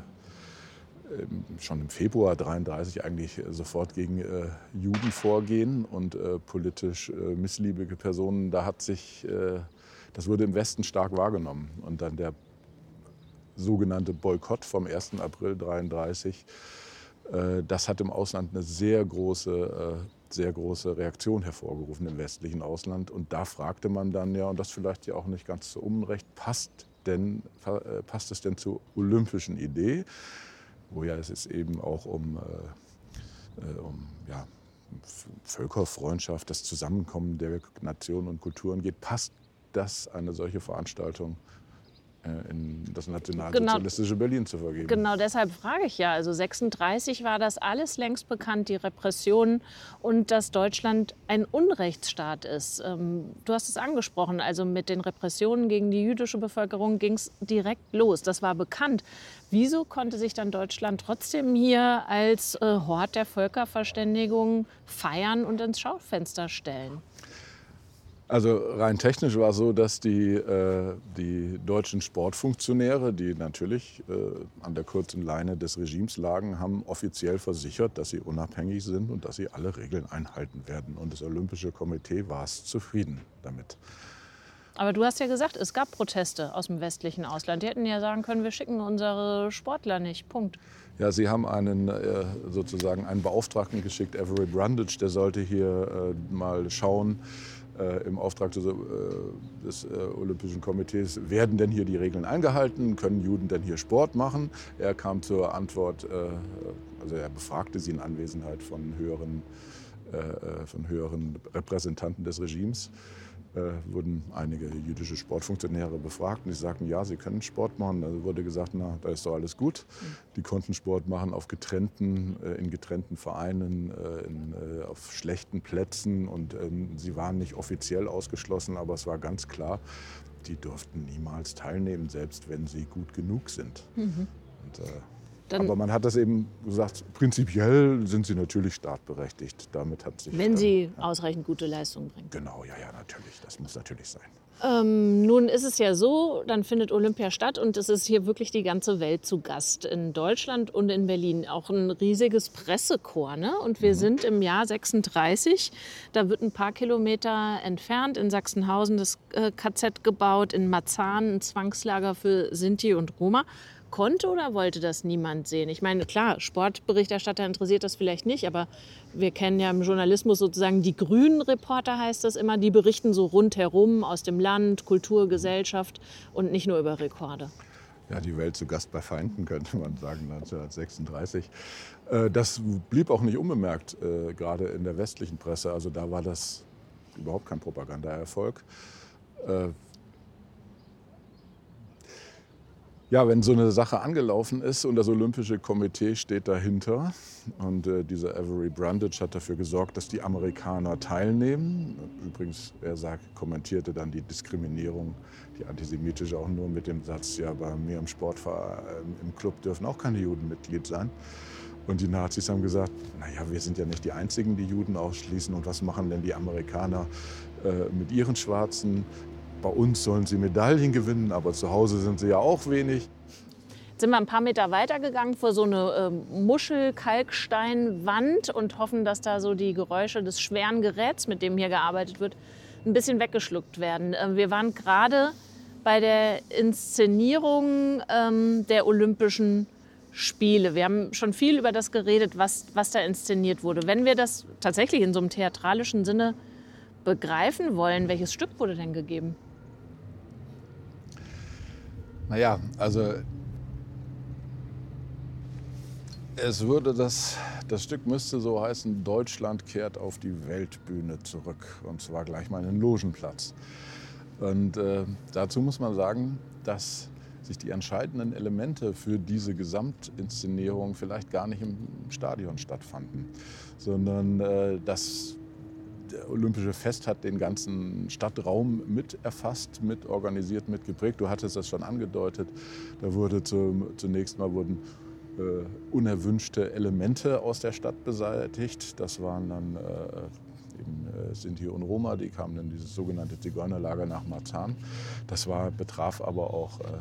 schon im Februar neunzehnhundertdreiunddreißig eigentlich sofort gegen äh, Juden vorgehen und äh, politisch äh, missliebige Personen, da hat sich, äh, das wurde im Westen stark wahrgenommen. Und dann der sogenannte Boykott vom ersten April neunzehnhundertdreiunddreißig, äh, das hat im Ausland eine sehr große, äh, sehr große Reaktion hervorgerufen im westlichen Ausland. Und da fragte man dann ja, und das vielleicht ja auch nicht ganz zu Unrecht, passt, denn, äh, passt es denn zur olympischen Idee? Wo ja es ist eben auch um, äh, um ja, Völkerfreundschaft, das Zusammenkommen der Nationen und Kulturen geht, passt das, eine solche Veranstaltung äh, in das nationalsozialistische genau, Berlin zu vergeben? Genau deshalb frage ich ja. Also sechsunddreißig war das alles längst bekannt, die Repressionen und dass Deutschland ein Unrechtsstaat ist. Ähm, du hast es angesprochen, also mit den Repressionen gegen die jüdische Bevölkerung ging es direkt los. Das war bekannt. Wieso konnte sich dann Deutschland trotzdem hier als äh, Hort der Völkerverständigung feiern und ins Schaufenster stellen? Also rein technisch war es so, dass die, äh, die deutschen Sportfunktionäre, die natürlich äh, an der kurzen Leine des Regimes lagen, haben offiziell versichert, dass sie unabhängig sind und dass sie alle Regeln einhalten werden. Und das Olympische Komitee war es zufrieden damit. Aber du hast ja gesagt, es gab Proteste aus dem westlichen Ausland. Die hätten ja sagen können, wir schicken unsere Sportler nicht. Punkt. Ja, sie haben einen, äh, sozusagen einen Beauftragten geschickt, Avery Brundage, der sollte hier äh, mal schauen, äh, im Auftrag des, äh, des äh, Olympischen Komitees, werden denn hier die Regeln eingehalten, können Juden denn hier Sport machen? Er kam zur Antwort, äh, also er befragte sie in Anwesenheit von höheren, äh, von höheren Repräsentanten des Regimes. Äh, wurden einige jüdische Sportfunktionäre befragt und die sagten, ja, sie können Sport machen. Da wurde gesagt, na, da ist doch alles gut. Die konnten Sport machen auf getrennten, äh, in getrennten Vereinen, äh, in, äh, auf schlechten Plätzen und äh, sie waren nicht offiziell ausgeschlossen, aber es war ganz klar, die durften niemals teilnehmen, selbst wenn sie gut genug sind. Mhm. Und, äh, Dann, aber man hat das eben gesagt, prinzipiell sind sie natürlich startberechtigt. Damit hat sich, wenn äh, sie ja. ausreichend gute Leistung bringen. Genau, ja, ja, natürlich. Das muss natürlich sein. Ähm, nun ist es ja so, dann findet Olympia statt und es ist hier wirklich die ganze Welt zu Gast. In Deutschland und in Berlin. Auch ein riesiges Pressekorps. Ne? Und wir mhm. sind im Jahr sechsunddreißig. Da wird ein paar Kilometer entfernt in Sachsenhausen das äh, K Z gebaut, in Marzahn ein Zwangslager für Sinti und Roma. Konnte oder wollte das niemand sehen? Ich meine, klar, Sportberichterstatter interessiert das vielleicht nicht, aber wir kennen ja im Journalismus sozusagen die grünen Reporter, heißt das immer, die berichten so rundherum aus dem Land, Kultur, Gesellschaft und nicht nur über Rekorde. Ja, die Welt zu Gast bei Feinden, könnte man sagen, neunzehnhundertsechsunddreißig. Das blieb auch nicht unbemerkt, gerade in der westlichen Presse. Also da war das überhaupt kein Propagandaerfolg. Ja, wenn so eine Sache angelaufen ist und das Olympische Komitee steht dahinter und äh, dieser Avery Brundage hat dafür gesorgt, dass die Amerikaner teilnehmen. Übrigens, er sagt, kommentierte dann die Diskriminierung, die antisemitische, auch nur mit dem Satz, ja, bei mir im Sportverein, im Club dürfen auch keine Juden Mitglied sein. Und die Nazis haben gesagt, naja, wir sind ja nicht die Einzigen, die Juden ausschließen. Und was machen denn die Amerikaner äh, mit ihren Schwarzen? Bei uns sollen sie Medaillen gewinnen, aber zu Hause sind sie ja auch wenig. Jetzt sind wir ein paar Meter weitergegangen vor so eine äh, Muschel-Kalksteinwand und hoffen, dass da so die Geräusche des schweren Geräts, mit dem hier gearbeitet wird, ein bisschen weggeschluckt werden. Äh, wir waren gerade bei der Inszenierung ähm, der Olympischen Spiele. Wir haben schon viel über das geredet, was, was da inszeniert wurde. Wenn wir das tatsächlich in so einem theatralischen Sinne begreifen wollen, welches Stück wurde denn gegeben? Naja, also es würde das, das Stück müsste so heißen, Deutschland kehrt auf die Weltbühne zurück. Und zwar gleich mal einen Logenplatz. Und äh, dazu muss man sagen, dass sich die entscheidenden Elemente für diese Gesamtinszenierung vielleicht gar nicht im Stadion stattfanden, sondern äh, dass das Olympische Fest hat den ganzen Stadtraum mit erfasst, mit organisiert, mit geprägt. Du hattest das schon angedeutet. Da wurde zum, zunächst mal wurden äh, unerwünschte Elemente aus der Stadt beseitigt. Das waren dann äh, eben äh, Sinti und Roma, die kamen in dieses sogenannte Zigeunerlager nach Marzahn. Das war, betraf aber auch äh,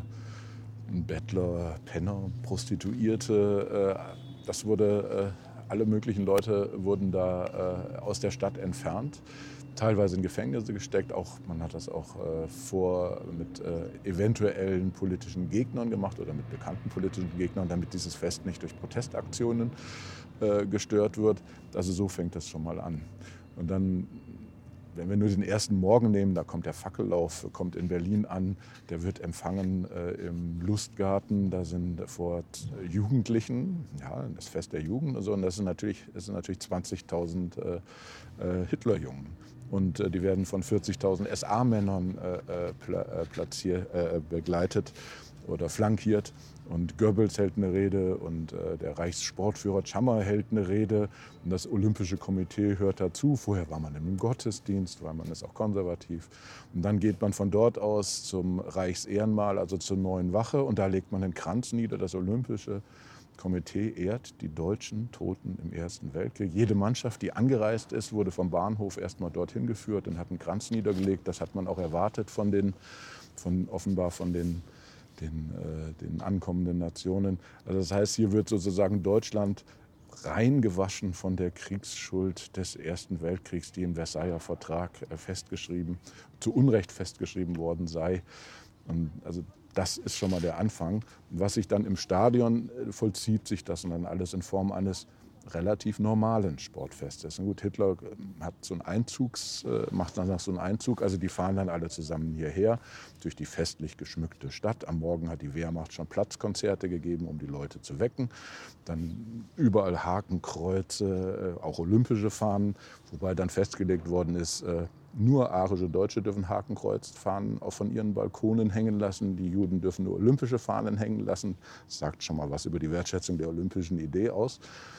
Bettler, Penner, Prostituierte. Äh, das wurde äh, Alle möglichen Leute wurden da äh, aus der Stadt entfernt, teilweise in Gefängnisse gesteckt. Auch, man hat das auch äh, vor mit äh, eventuellen politischen Gegnern gemacht oder mit bekannten politischen Gegnern, damit dieses Fest nicht durch Protestaktionen äh, gestört wird. Also so fängt das schon mal an. Und dann, wenn wir nur den ersten Morgen nehmen, da kommt der Fackellauf, kommt in Berlin an, der wird empfangen äh, im Lustgarten, da sind vor Jugendlichen, ja, das Fest der Jugend und so, und das sind natürlich, das sind natürlich zwanzigtausend äh, äh, Hitlerjungen. Und äh, die werden von vierzigtausend S A-Männern äh, pla äh, platziert, äh, begleitet oder flankiert. Und Goebbels hält eine Rede und äh, der Reichssportführer Tschammer hält eine Rede. Und das Olympische Komitee hört dazu. Vorher war man im Gottesdienst, weil man ist auch konservativ. Und dann geht man von dort aus zum Reichsehrenmal, also zur Neuen Wache. Und da legt man den Kranz nieder. Das Olympische Komitee ehrt die deutschen Toten im Ersten Weltkrieg. Jede Mannschaft, die angereist ist, wurde vom Bahnhof erst mal dorthin geführt und hat einen Kranz niedergelegt. Das hat man auch erwartet von den, von, offenbar von den Den, äh, den ankommenden Nationen. Also das heißt, hier wird sozusagen Deutschland reingewaschen von der Kriegsschuld des Ersten Weltkriegs, die im Versailler Vertrag äh, festgeschrieben, zu Unrecht festgeschrieben worden sei. Und also das ist schon mal der Anfang. Und was sich dann im Stadion äh, vollzieht, sich das dann alles in Form eines relativ normalen Sportfestes. Und gut, Hitler hat so einen Einzugs, äh, macht dann so einen Einzug, also die fahren dann alle zusammen hierher durch die festlich geschmückte Stadt. Am Morgen hat die Wehrmacht schon Platzkonzerte gegeben, um die Leute zu wecken. Dann überall Hakenkreuze, äh, auch olympische Fahnen, wobei dann festgelegt worden ist, äh, nur arische Deutsche dürfen Hakenkreuzfahnen auch von ihren Balkonen hängen lassen. Die Juden dürfen nur olympische Fahnen hängen lassen. Das sagt schon mal was über die Wertschätzung der olympischen Idee aus.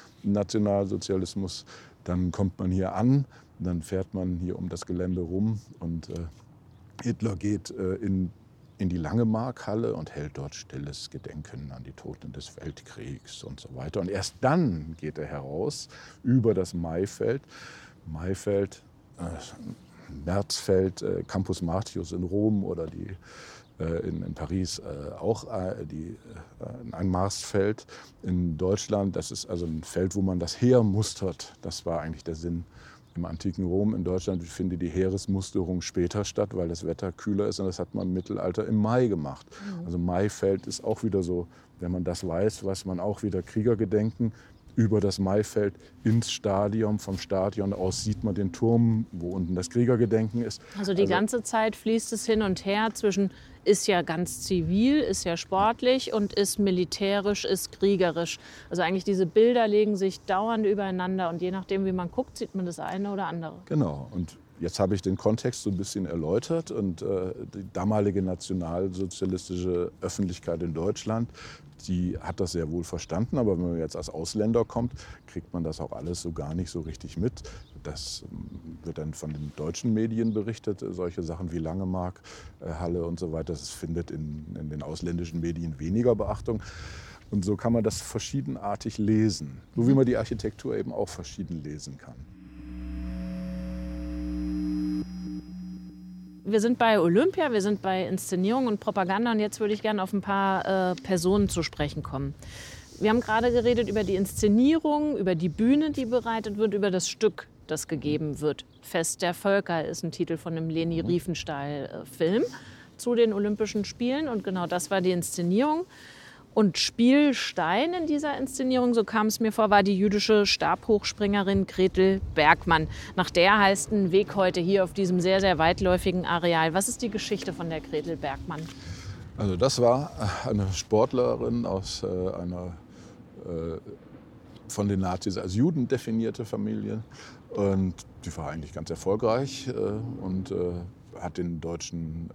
Nationalsozialismus, dann kommt man hier an, dann fährt man hier um das Gelände rum und äh, Hitler geht äh, in in die Langemark-Halle und hält dort stilles Gedenken an die Toten des Weltkriegs und so weiter. Und erst dann geht er heraus über das Maifeld. Maifeld, äh, Märzfeld, äh, Campus Martius in Rom oder die, äh, in, in Paris äh, auch äh, die, äh, ein Marsfeld. In Deutschland, das ist also ein Feld, wo man das Heer mustert. Das war eigentlich der Sinn. Im antiken Rom in Deutschland findet die Heeresmusterung später statt, weil das Wetter kühler ist. Und das hat man im Mittelalter im Mai gemacht. Mhm. Also Maifeld ist auch wieder so, wenn man das weiß, weiß man auch wieder Kriegergedenken. Über das Maifeld ins Stadion, vom Stadion aus sieht man den Turm, wo unten das Kriegergedenken ist. Also die also, ganze Zeit fließt es hin und her zwischen ist ja ganz zivil, ist ja sportlich und ist militärisch, ist kriegerisch. Also eigentlich diese Bilder legen sich dauernd übereinander und je nachdem, wie man guckt, sieht man das eine oder andere. Genau. Und jetzt habe ich den Kontext so ein bisschen erläutert und äh, die damalige nationalsozialistische Öffentlichkeit in Deutschland, die hat das sehr wohl verstanden, aber wenn man jetzt als Ausländer kommt, kriegt man das auch alles so gar nicht so richtig mit. Das wird dann von den deutschen Medien berichtet, solche Sachen wie Langemark, äh, Halle und so weiter. Das findet in, in den ausländischen Medien weniger Beachtung. Und so kann man das verschiedenartig lesen, so wie man die Architektur eben auch verschieden lesen kann. Wir sind bei Olympia, wir sind bei Inszenierung und Propaganda und jetzt würde ich gerne auf ein paar äh, Personen zu sprechen kommen. Wir haben gerade geredet über die Inszenierung, über die Bühne, die bereitet wird, über das Stück, das gegeben wird. Fest der Völker ist ein Titel von einem Leni Riefenstahl-Film zu den Olympischen Spielen und genau das war die Inszenierung. Und Spielstein in dieser Inszenierung, so kam es mir vor, war die jüdische Stabhochspringerin Gretel Bergmann. Nach der heißt ein Weg heute hier auf diesem sehr, sehr weitläufigen Areal. Was ist die Geschichte von der Gretel Bergmann? Also das war eine Sportlerin aus äh, einer äh, von den Nazis als Juden definierte Familie. Und die war eigentlich ganz erfolgreich äh, und äh, hat den deutschen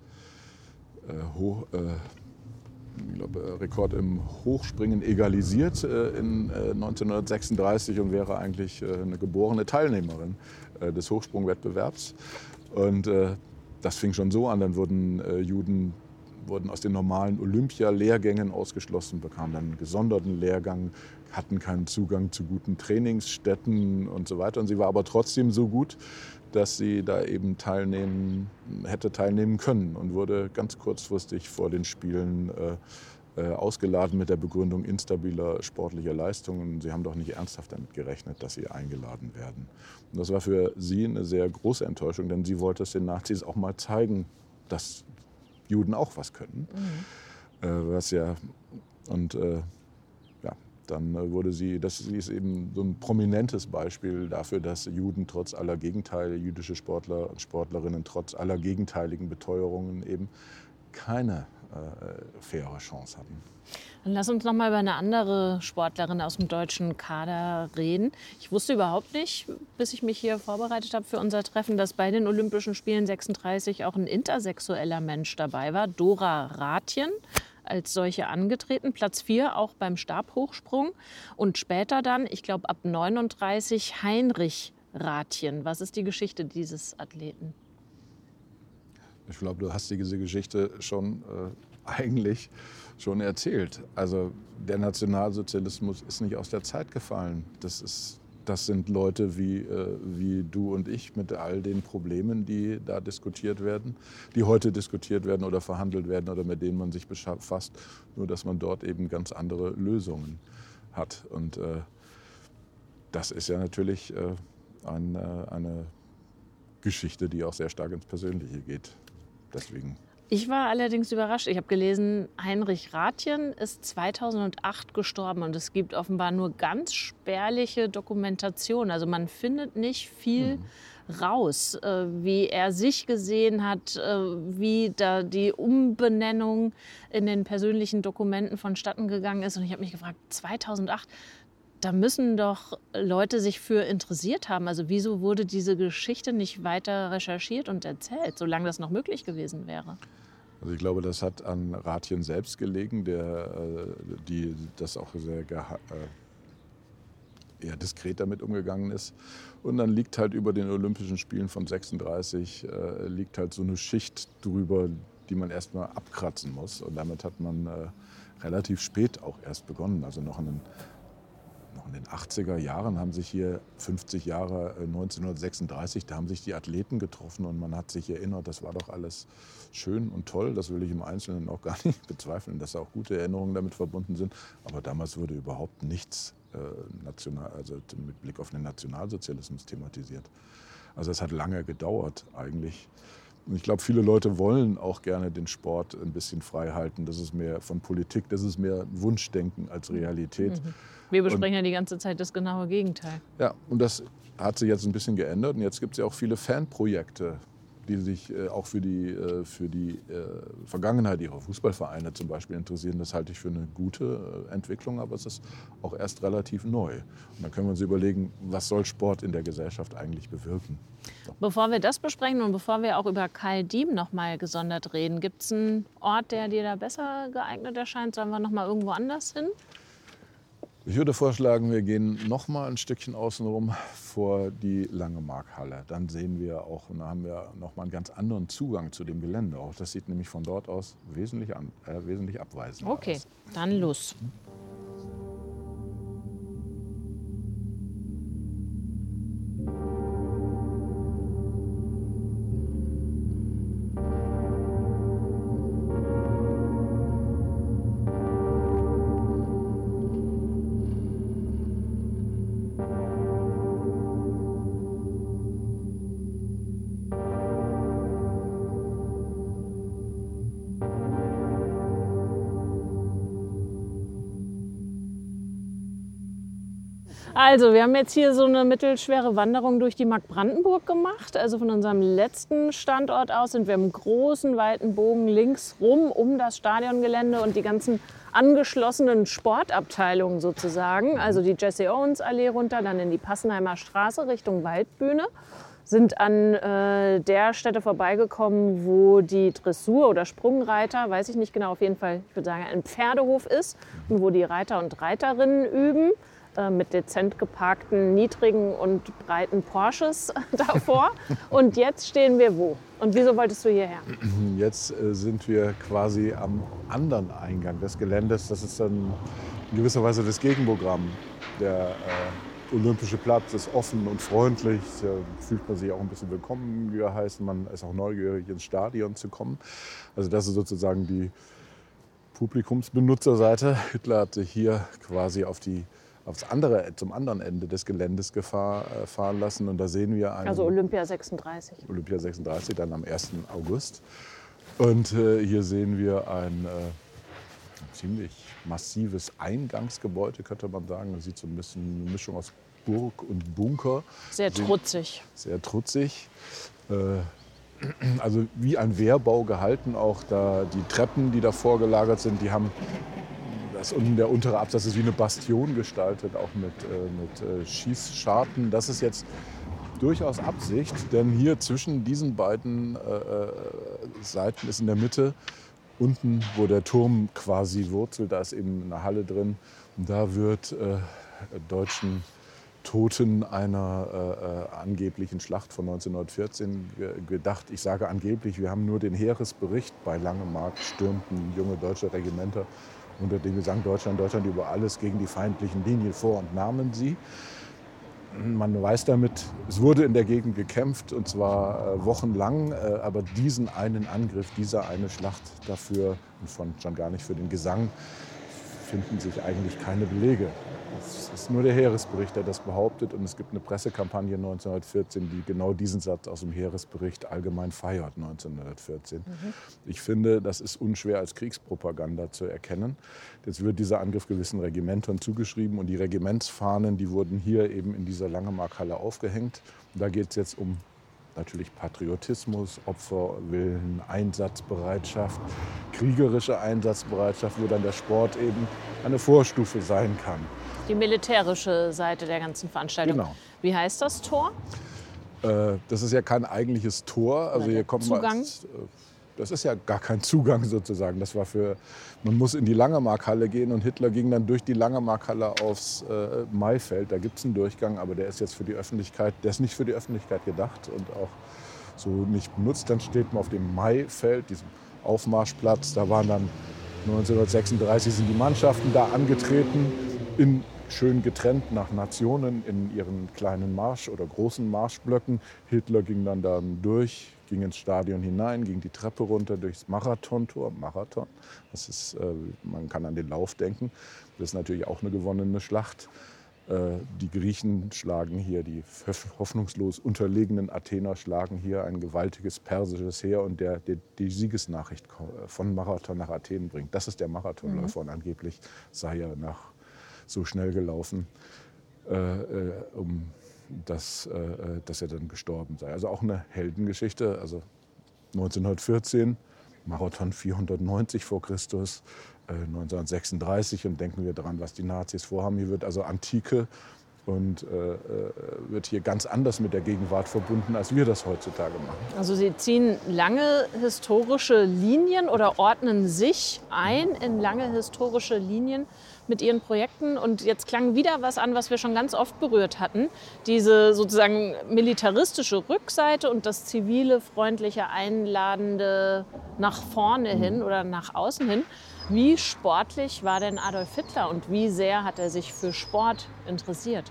äh, äh, Hoch... Äh, Ich glaube, Rekord im Hochspringen egalisiert äh, in äh, neunzehnhundertsechsunddreißig und wäre eigentlich äh, eine geborene Teilnehmerin äh, des Hochsprungwettbewerbs. Und äh, das fing schon so an, dann wurden äh, Juden wurden aus den normalen Olympia-Lehrgängen ausgeschlossen, bekamen dann einen gesonderten Lehrgang, hatten keinen Zugang zu guten Trainingsstätten und so weiter. Und sie war aber trotzdem so gut, dass sie da eben teilnehmen, hätte teilnehmen können und wurde ganz kurzfristig vor den Spielen äh, äh, ausgeladen mit der Begründung instabiler sportlicher Leistungen. Sie haben doch nicht ernsthaft damit gerechnet, dass sie eingeladen werden. Und das war für sie eine sehr große Enttäuschung, denn sie wollte es den Nazis auch mal zeigen, dass Juden auch was können. Mhm. Äh, was ja, und äh, dann wurde sie, das sie ist eben so ein prominentes Beispiel dafür, dass Juden trotz aller Gegenteile, jüdische Sportler und Sportlerinnen trotz aller gegenteiligen Beteuerungen eben keine äh, faire Chance hatten. Dann lass uns noch mal über eine andere Sportlerin aus dem deutschen Kader reden. Ich wusste überhaupt nicht, bis ich mich hier vorbereitet habe für unser Treffen, dass bei den Olympischen Spielen sechsunddreißig auch ein intersexueller Mensch dabei war, Dora Rathjen. Als solche angetreten, Platz vier auch beim Stabhochsprung und später dann, ich glaube ab neununddreißig, Heinrich Rathjen. Was ist die Geschichte dieses Athleten? Ich glaube, du hast diese Geschichte schon äh, eigentlich schon erzählt. Also der Nationalsozialismus ist nicht aus der Zeit gefallen. Das ist Das sind Leute wie, äh, wie du und ich mit all den Problemen, die da diskutiert werden, die heute diskutiert werden oder verhandelt werden oder mit denen man sich befasst, nur dass man dort eben ganz andere Lösungen hat. Und äh, das ist ja natürlich äh, ein, äh, eine Geschichte, die auch sehr stark ins Persönliche geht. Deswegen. Ich war allerdings überrascht. Ich habe gelesen, Heinrich Rathjen ist zweitausendacht gestorben und es gibt offenbar nur ganz spärliche Dokumentation. Also man findet nicht viel mhm. raus, äh, wie er sich gesehen hat, äh, wie da die Umbenennung in den persönlichen Dokumenten vonstatten gegangen ist. Und ich habe mich gefragt, zweitausendacht, da müssen doch Leute sich für interessiert haben. Also wieso wurde diese Geschichte nicht weiter recherchiert und erzählt, solange das noch möglich gewesen wäre? Also ich glaube, das hat an Rathjen selbst gelegen, der die, das auch sehr geha- äh, eher diskret damit umgegangen ist. Und dann liegt halt über den Olympischen Spielen von sechsunddreißig äh, liegt halt so eine Schicht drüber, die man erst mal abkratzen muss. Und damit hat man äh, relativ spät auch erst begonnen. Also noch in den, noch in den achtziger Jahren haben sich hier fünfzig Jahre, äh, neunzehnhundertsechsunddreißig, da haben sich die Athleten getroffen und man hat sich erinnert, das war doch alles schön und toll. Das will ich im Einzelnen auch gar nicht bezweifeln, dass auch gute Erinnerungen damit verbunden sind. Aber damals wurde überhaupt nichts äh, national, also mit Blick auf den Nationalsozialismus thematisiert. Also es hat lange gedauert eigentlich. Und ich glaube, viele Leute wollen auch gerne den Sport ein bisschen frei halten. Das ist mehr von Politik, das ist mehr Wunschdenken als Realität. Mhm. Wir besprechen und, ja die ganze Zeit das genaue Gegenteil. Ja, und das hat sich jetzt ein bisschen geändert. Und jetzt gibt es ja auch viele Fanprojekte, die sich äh, auch für die, äh, für die äh, Vergangenheit ihrer Fußballvereine zum Beispiel interessieren. Das halte ich für eine gute äh, Entwicklung, aber es ist auch erst relativ neu. Und dann können wir uns überlegen, was soll Sport in der Gesellschaft eigentlich bewirken. So. Bevor wir das besprechen und bevor wir auch über Karl Diem noch mal gesondert reden, gibt es einen Ort, der dir da besser geeignet erscheint? Sollen wir noch mal irgendwo anders hin? Ich würde vorschlagen, wir gehen noch mal ein Stückchen außenrum vor die Langemark-Halle. Dann sehen wir auch, und da haben wir noch mal einen ganz anderen Zugang zu dem Gelände. Auch das sieht nämlich von dort aus wesentlich, an, äh, wesentlich abweisender okay, aus. Okay, dann los. Also, wir haben jetzt hier so eine mittelschwere Wanderung durch die Mark Brandenburg gemacht. Also von unserem letzten Standort aus sind wir im großen, weiten Bogen links rum um das Stadiongelände und die ganzen angeschlossenen Sportabteilungen sozusagen. Also die Jesse Owens Allee runter, dann in die Passenheimer Straße Richtung Waldbühne. Sind an äh, der Stätte vorbeigekommen, wo die Dressur- oder Sprungreiter, weiß ich nicht genau, auf jeden Fall, ich würde sagen, ein Pferdehof ist und wo die Reiter und Reiterinnen üben. Mit dezent geparkten, niedrigen und breiten Porsches davor. Und jetzt stehen wir wo? Und wieso wolltest du hierher? Jetzt äh, sind wir quasi am anderen Eingang des Geländes. Das ist dann in gewisser Weise das Gegenprogramm. Der äh, Olympische Platz ist offen und freundlich. Da fühlt man sich auch ein bisschen willkommen geheißen. Man ist auch neugierig, ins Stadion zu kommen. Also das ist sozusagen die Publikumsbenutzerseite. Hitler hat sich hier quasi auf die aufs andere, zum anderen Ende des Geländes gefahr, äh, fahren lassen. Und da sehen wir einen, also Olympia sechsunddreißig. Olympia sechsunddreißig, dann am ersten August. Und äh, hier sehen wir ein äh, ziemlich massives Eingangsgebäude, könnte man sagen. Das sieht so ein bisschen eine Mischung aus Burg und Bunker. Sehr trutzig. Sehr trutzig. Äh, also wie ein Wehrbau gehalten. Auch da die Treppen, die davor gelagert sind, die haben das, und der untere Absatz ist wie eine Bastion gestaltet, auch mit, äh, mit äh, Schießscharten. Das ist jetzt durchaus Absicht, denn hier zwischen diesen beiden äh, Seiten ist in der Mitte, unten, wo der Turm quasi wurzelt, da ist eben eine Halle drin. Und da wird äh, deutschen Toten einer äh, angeblichen Schlacht von neunzehnhundertvierzehn ge gedacht. Ich sage angeblich, wir haben nur den Heeresbericht. Bei Langemark stürmten junge deutsche Regimenter unter dem Gesang Deutschland, Deutschland über alles gegen die feindlichen Linien vor und nahmen sie. Man weiß damit, es wurde in der Gegend gekämpft und zwar äh, wochenlang, äh, aber diesen einen Angriff, diese eine Schlacht dafür, und von, schon gar nicht für den Gesang, finden sich eigentlich keine Belege. Es ist nur der Heeresbericht, der das behauptet, und es gibt eine Pressekampagne neunzehnhundertvierzehn, die genau diesen Satz aus dem Heeresbericht allgemein feiert, neunzehnhundertvierzehn. Mhm. Ich finde, das ist unschwer als Kriegspropaganda zu erkennen. Jetzt wird dieser Angriff gewissen Regimentern zugeschrieben und die Regimentsfahnen, die wurden hier eben in dieser Langemark-Halle aufgehängt. Und da geht es jetzt um natürlich Patriotismus, Opferwillen, Einsatzbereitschaft, kriegerische Einsatzbereitschaft, wo dann der Sport eben eine Vorstufe sein kann. Die militärische Seite der ganzen Veranstaltung. Genau. Wie heißt das Tor? Äh, das ist ja kein eigentliches Tor. Also hier kommt Zugang? Man, das ist ja gar kein Zugang sozusagen. Das war für, man muss in die Langemark-Halle gehen und Hitler ging dann durch die Langemark-Halle aufs äh, Maifeld. Da gibt es einen Durchgang, aber der ist jetzt für die Öffentlichkeit, der ist nicht für die Öffentlichkeit gedacht und auch so nicht benutzt. Dann steht man auf dem Maifeld, diesem Aufmarschplatz. Da waren dann neunzehnhundertsechsunddreißig sind die Mannschaften da angetreten, in, schön getrennt nach Nationen in ihren kleinen Marsch- oder großen Marschblöcken. Hitler ging dann da durch, ging ins Stadion hinein, ging die Treppe runter durchs Marathontor. Marathon, das ist, äh, man kann an den Lauf denken. Das ist natürlich auch eine gewonnene Schlacht. Die Griechen schlagen hier, die hoffnungslos unterlegenen Athener schlagen hier ein gewaltiges persisches Heer und der, der die Siegesnachricht von Marathon nach Athen bringt. Das ist der Marathonläufer, mhm. und angeblich sei er nach so schnell gelaufen, äh, um das, äh, dass er dann gestorben sei. Also auch eine Heldengeschichte. Also neunzehnhundertvierzehn, Marathon vierhundertneunzig vor Christus, neunzehnhundertsechsunddreißig, und denken wir daran, was die Nazis vorhaben. Hier wird also Antike und äh, wird hier ganz anders mit der Gegenwart verbunden, als wir das heutzutage machen. Also Sie ziehen lange historische Linien oder ordnen sich ein in lange historische Linien mit Ihren Projekten. Und jetzt klang wieder was an, was wir schon ganz oft berührt hatten. Diese sozusagen militaristische Rückseite und das zivile, freundliche, einladende nach vorne hin mhm. oder nach außen hin. Wie sportlich war denn Adolf Hitler und wie sehr hat er sich für Sport interessiert?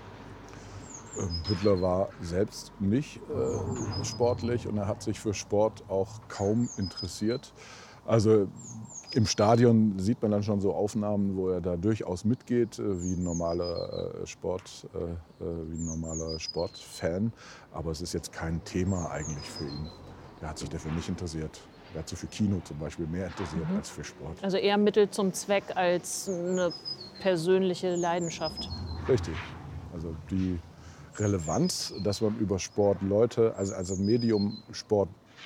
Ähm, Hitler war selbst nicht äh, sportlich und er hat sich für Sport auch kaum interessiert. Also im Stadion sieht man dann schon so Aufnahmen, wo er da durchaus mitgeht, äh, wie ein normaler äh, Sport, äh, wie ein normaler Sportfan. Aber es ist jetzt kein Thema eigentlich für ihn. Er hat sich dafür nicht interessiert. Er hat sich für Kino zum Beispiel mehr interessiert mhm. als für Sport. Also eher Mittel zum Zweck als eine persönliche Leidenschaft. Richtig. Also die Relevanz, dass man über Sport Leute, also als ein Medium Sport,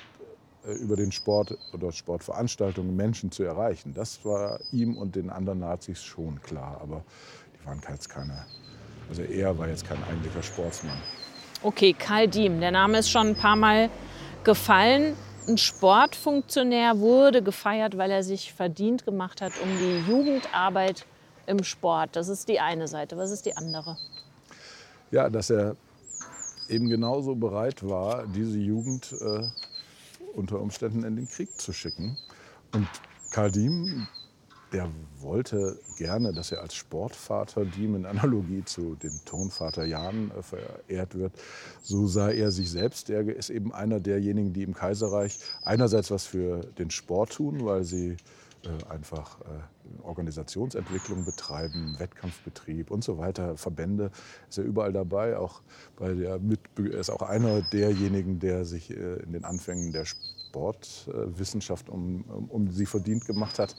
über den Sport oder Sportveranstaltungen Menschen zu erreichen, das war ihm und den anderen Nazis schon klar. Aber die waren jetzt keine, also er war jetzt kein eigentlicher Sportsmann. Okay, Karl Diem, der Name ist schon ein paar Mal gefallen. Ein Sportfunktionär wurde gefeiert, weil er sich verdient gemacht hat um die Jugendarbeit im Sport. Das ist die eine Seite. Was ist die andere? Ja, dass er eben genauso bereit war, diese Jugend äh, unter Umständen in den Krieg zu schicken. Und Karl Diem, der wollte gerne, dass er als Sportvater Diem in Analogie zu dem Turnvater Jahn äh, verehrt wird. So sah er sich selbst. Er ist eben einer derjenigen, die im Kaiserreich einerseits was für den Sport tun, weil sie äh, einfach äh, Organisationsentwicklung betreiben, Wettkampfbetrieb und so weiter, Verbände. Ist er überall dabei. Auch bei der Mit er ist auch einer derjenigen, der sich äh, in den Anfängen der Sportwissenschaft um, um, um sie verdient gemacht hat.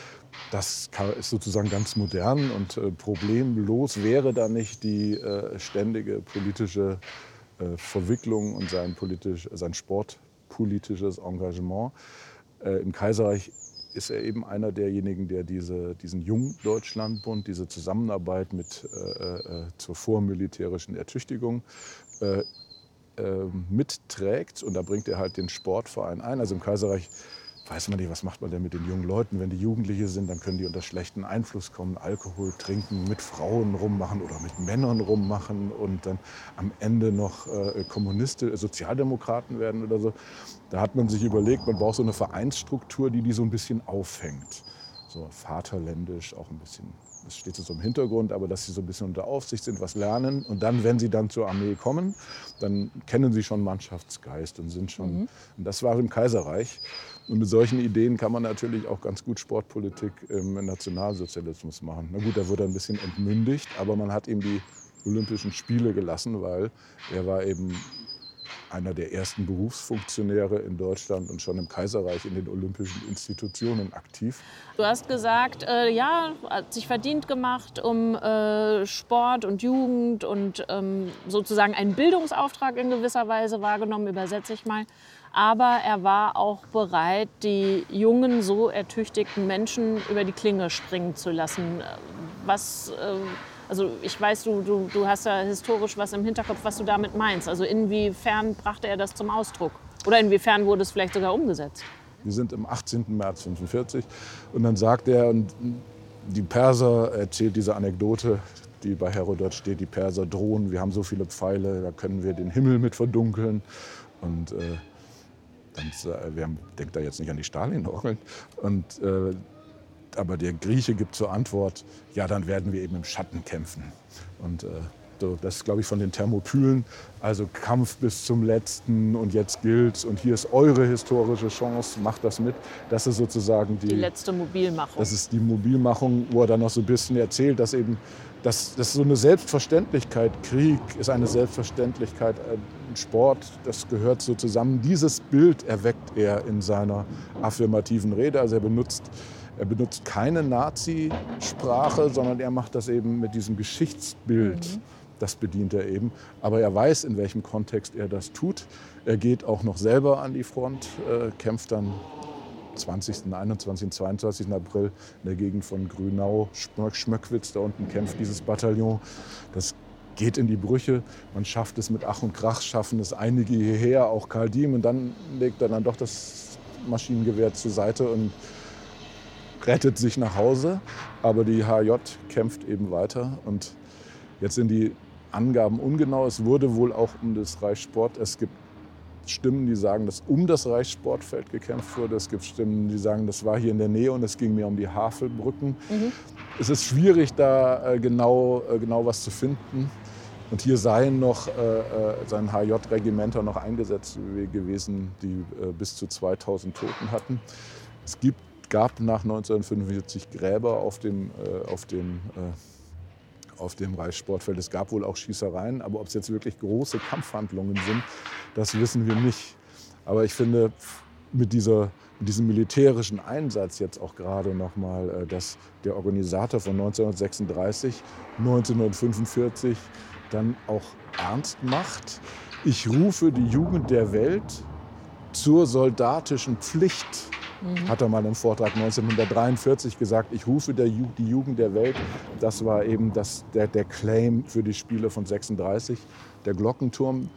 Das ist sozusagen ganz modern und äh, problemlos wäre da nicht die äh, ständige politische äh, Verwicklung und sein, politisch, sein sportpolitisches Engagement. Äh, Im Kaiserreich ist er eben einer derjenigen, der diese, diesen Jungdeutschlandbund, diese Zusammenarbeit mit, äh, äh, zur vormilitärischen Ertüchtigung äh, äh, mitträgt. Und da bringt er halt den Sportverein ein. Also im Kaiserreich weiß man nicht, was macht man denn mit den jungen Leuten. Wenn die Jugendliche sind, dann können die unter schlechten Einfluss kommen, Alkohol trinken, mit Frauen rummachen oder mit Männern rummachen und dann am Ende noch äh, Kommunisten, Sozialdemokraten werden oder so. Da hat man sich überlegt, man braucht so eine Vereinsstruktur, die die so ein bisschen auffängt. So vaterländisch, auch ein bisschen, das steht so im Hintergrund, aber dass sie so ein bisschen unter Aufsicht sind, was lernen. Und dann, wenn sie dann zur Armee kommen, dann kennen sie schon Mannschaftsgeist und sind schon, mhm. und das war im Kaiserreich. Und mit solchen Ideen kann man natürlich auch ganz gut Sportpolitik im Nationalsozialismus machen. Na gut, da wurde er ein bisschen entmündigt, aber man hat ihm die Olympischen Spiele gelassen, weil er war eben einer der ersten Berufsfunktionäre in Deutschland und schon im Kaiserreich in den olympischen Institutionen aktiv. Du hast gesagt, äh, ja, hat sich verdient gemacht um äh, Sport und Jugend und ähm, sozusagen einen Bildungsauftrag in gewisser Weise wahrgenommen, übersetze ich mal. Aber er war auch bereit, die jungen, so ertüchtigten Menschen über die Klinge springen zu lassen. Was, äh, also ich weiß, du, du, du hast ja historisch was im Hinterkopf, was du damit meinst. Also inwiefern brachte er das zum Ausdruck? Oder inwiefern wurde es vielleicht sogar umgesetzt? Wir sind im achtzehnten März fünfundvierzig und dann sagt er, und die Perser, erzählt diese Anekdote, die bei Herodot steht, die Perser drohen, wir haben so viele Pfeile, da können wir den Himmel mit verdunkeln. Und äh, dann, wer denkt da jetzt nicht an die Stalin-Orgeln? Und, äh, aber der Grieche gibt zur Antwort, ja, dann werden wir eben im Schatten kämpfen. Und äh, so, das ist, glaube ich, von den Thermopylen, also Kampf bis zum Letzten und jetzt gilt's und hier ist eure historische Chance, macht das mit. Das ist sozusagen die, die letzte Mobilmachung. Das ist die Mobilmachung, wo er dann noch so ein bisschen erzählt, dass eben das, das ist so eine Selbstverständlichkeit. Krieg ist eine Selbstverständlichkeit, Sport, das gehört so zusammen. Dieses Bild erweckt er in seiner affirmativen Rede. Also er benutzt Er benutzt keine Nazi-Sprache, sondern er macht das eben mit diesem Geschichtsbild. Mhm. Das bedient er eben. Aber er weiß, in welchem Kontext er das tut. Er geht auch noch selber an die Front, äh, kämpft dann zwanzigsten, einundzwanzigsten, zweiundzwanzigsten April in der Gegend von Grünau, Schmöckwitz, da unten kämpft dieses Bataillon. Das geht in die Brüche. Man schafft es mit Ach und Krach, schaffen es einige hierher, auch Karl Diem. Und dann legt er dann doch das Maschinengewehr zur Seite und rettet sich nach Hause, aber die H J kämpft eben weiter. Und jetzt sind die Angaben ungenau. Es wurde wohl auch um das Reichssport. Es gibt Stimmen, die sagen, dass um das Reichssportfeld gekämpft wurde. Es gibt Stimmen, die sagen, das war hier in der Nähe und es ging mir um die Havelbrücken. Mhm. Es ist schwierig, da genau, genau was zu finden. Und hier seien noch äh, sein H J-Regimenter noch eingesetzt gewesen, die äh, bis zu zweitausend Toten hatten. Es gibt gab nach neunzehnhundertfünfundvierzig Gräber auf dem, äh, auf, dem, äh, auf dem Reichssportfeld. Es gab wohl auch Schießereien, aber ob es jetzt wirklich große Kampfhandlungen sind, das wissen wir nicht. Aber ich finde, mit, dieser, mit diesem militärischen Einsatz jetzt auch gerade nochmal, äh, dass der Organisator von neunzehnhundertsechsunddreißig, neunzehnhundertfünfundvierzig dann auch ernst macht. Ich rufe die Jugend der Welt zur soldatischen Pflicht. Mhm. Hat er mal im Vortrag neunzehnhundertdreiundvierzig gesagt, ich rufe der Ju- die Jugend der Welt. Das war eben das, der, der Claim für die Spiele von sechsunddreißig. Der Glockenturm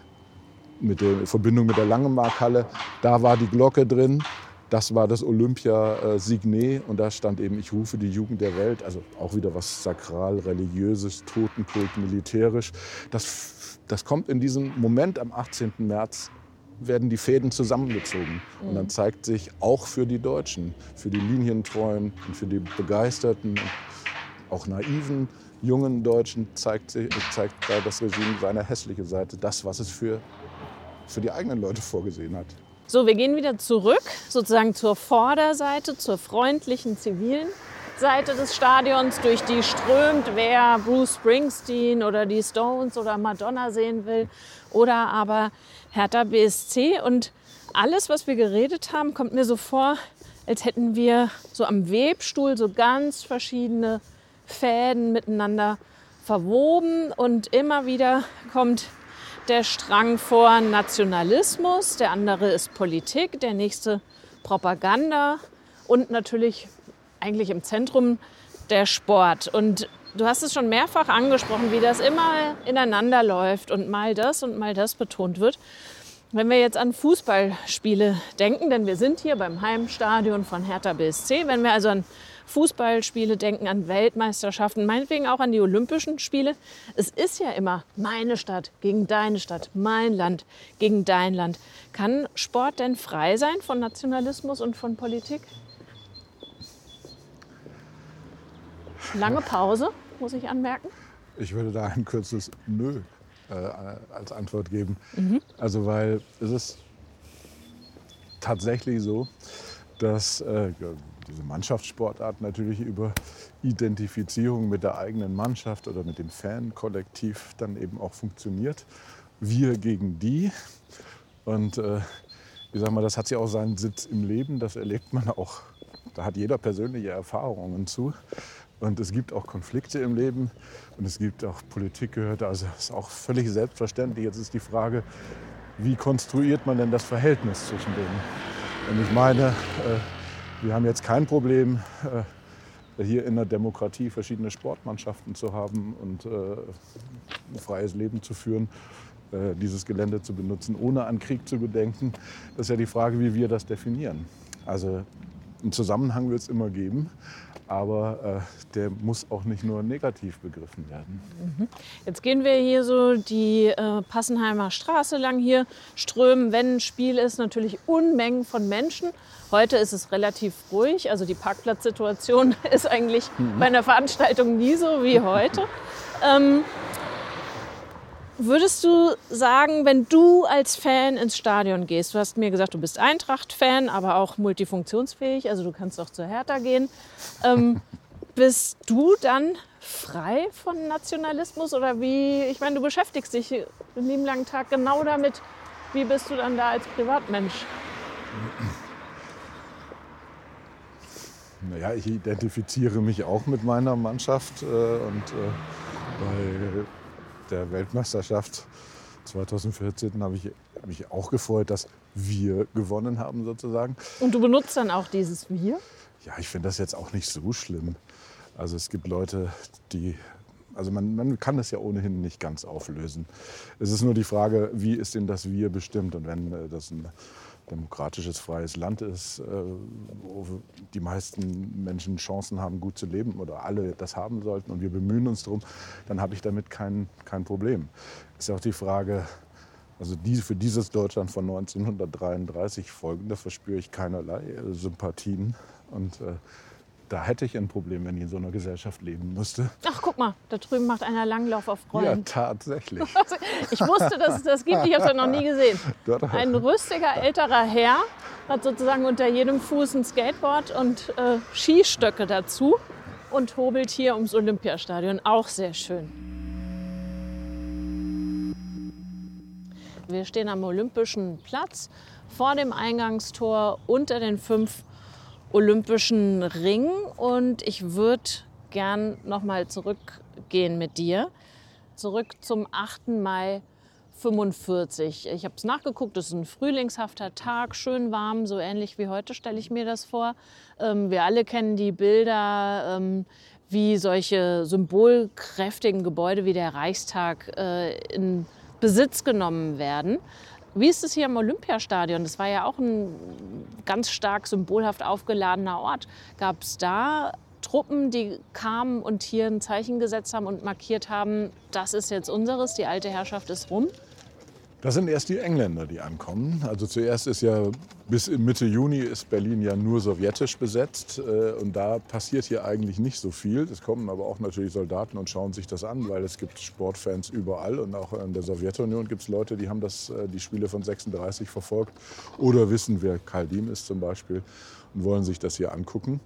mit der Verbindung mit der Langemarkhalle, da war die Glocke drin. Das war das Olympia-Signet und da stand eben, ich rufe die Jugend der Welt. Also auch wieder was sakral, religiöses, Totenkult, militärisch. Das, das kommt in diesem Moment am achtzehnten März, werden die Fäden zusammengezogen. Mhm. Und dann zeigt sich auch für die Deutschen, für die Linientreuen und für die begeisterten, auch naiven, jungen Deutschen zeigt, sich, zeigt da das Regime seine hässliche Seite, das, was es für, für die eigenen Leute vorgesehen hat. So, wir gehen wieder zurück, sozusagen zur Vorderseite, zur freundlichen, zivilen Seite des Stadions, durch die strömt, wer Bruce Springsteen oder die Stones oder Madonna sehen will oder aber Hertha B S C. Und alles, was wir geredet haben, kommt mir so vor, als hätten wir so am Webstuhl so ganz verschiedene Fäden miteinander verwoben. Und immer wieder kommt der Strang vor Nationalismus, der andere ist Politik, der nächste Propaganda und natürlich eigentlich im Zentrum der Sport. Und du hast es schon mehrfach angesprochen, wie das immer ineinander läuft und mal das und mal das betont wird. Wenn wir jetzt an Fußballspiele denken, denn wir sind hier beim Heimstadion von Hertha B S C, wenn wir also an Fußballspiele denken, an Weltmeisterschaften, meinetwegen auch an die Olympischen Spiele. Es ist ja immer meine Stadt gegen deine Stadt, mein Land gegen dein Land. Kann Sport denn frei sein von Nationalismus und von Politik? Lange Pause, muss ich anmerken. Ich würde da ein kurzes Nö äh, als Antwort geben. Mhm. Also weil es ist tatsächlich so, dass äh, diese Mannschaftssportart natürlich über Identifizierung mit der eigenen Mannschaft oder mit dem Fankollektiv dann eben auch funktioniert. Wir gegen die. Und äh, ich sag mal, das hat ja auch seinen Sitz im Leben, das erlebt man auch. Da hat jeder persönliche Erfahrungen zu. Und es gibt auch Konflikte im Leben und es gibt auch Politik gehört. Also das ist auch völlig selbstverständlich. Jetzt ist die Frage, wie konstruiert man denn das Verhältnis zwischen denen? Und ich meine, äh, wir haben jetzt kein Problem, äh, hier in der Demokratie verschiedene Sportmannschaften zu haben und äh, ein freies Leben zu führen, äh, dieses Gelände zu benutzen, ohne an Krieg zu gedenken. Das ist ja die Frage, wie wir das definieren. Also einen Zusammenhang wird es immer geben, aber äh, der muss auch nicht nur negativ begriffen werden. Mhm. Jetzt gehen wir hier so die äh, Passenheimer Straße lang. Hier strömen, wenn ein Spiel ist, natürlich Unmengen von Menschen. Heute ist es relativ ruhig, also die Parkplatzsituation ist eigentlich mhm. bei einer Veranstaltung nie so wie heute. ähm, Würdest du sagen, wenn du als Fan ins Stadion gehst, du hast mir gesagt, du bist Eintracht-Fan, aber auch multifunktionsfähig, also du kannst auch zur Hertha gehen, ähm, bist du dann frei von Nationalismus oder wie, ich meine, du beschäftigst dich den lieben langen Tag genau damit, wie bist du dann da als Privatmensch? Naja, ich identifiziere mich auch mit meiner Mannschaft äh, und äh, bei der Weltmeisterschaft zweitausendvierzehn habe ich mich auch gefreut, dass wir gewonnen haben sozusagen. Und du benutzt dann auch dieses Wir? Ja, ich finde das jetzt auch nicht so schlimm. Also es gibt Leute, die, also man, man kann das ja ohnehin nicht ganz auflösen. Es ist nur die Frage, wie ist denn das Wir bestimmt? Und wenn äh, das ein demokratisches, freies Land ist, äh, wo die meisten Menschen Chancen haben, gut zu leben oder alle das haben sollten und wir bemühen uns darum, dann habe ich damit kein, kein Problem. Ist ja auch die Frage, also die, für dieses Deutschland von neunzehnhundertdreiunddreißig folgende verspüre ich keinerlei äh, Sympathien und äh, da hätte ich ein Problem, wenn ich in so einer Gesellschaft leben müsste. Ach, guck mal, da drüben macht einer Langlauf auf Rollen. Ja, tatsächlich. Ich wusste, dass es das gibt, ich habe es noch nie gesehen. Ein rüstiger älterer Herr hat sozusagen unter jedem Fuß ein Skateboard und äh, Skistöcke dazu und hobelt hier ums Olympiastadion. Auch sehr schön. Wir stehen am Olympischen Platz vor dem Eingangstor unter den fünf Olympischen Ring und ich würde gern noch mal zurückgehen mit dir, zurück zum achten Mai fünfundvierzig. Ich habe es nachgeguckt, es ist ein frühlingshafter Tag, schön warm, so ähnlich wie heute stelle ich mir das vor. Ähm, wir alle kennen die Bilder, ähm, wie solche symbolkräftigen Gebäude wie der Reichstag äh, in Besitz genommen werden. Wie ist es hier im Olympiastadion? Das war ja auch ein ganz stark symbolhaft aufgeladener Ort. Gab es da Truppen, die kamen und hier ein Zeichen gesetzt haben und markiert haben, das ist jetzt unseres, die alte Herrschaft ist rum? Das sind erst die Engländer, die ankommen. Also zuerst ist ja bis Mitte Juni ist Berlin ja nur sowjetisch besetzt und da passiert hier eigentlich nicht so viel. Es kommen aber auch natürlich Soldaten und schauen sich das an, weil es gibt Sportfans überall und auch in der Sowjetunion gibt es Leute, die haben das, die Spiele von sechsunddreißig verfolgt oder wissen, wer Karl Diem ist zum Beispiel und wollen sich das hier angucken.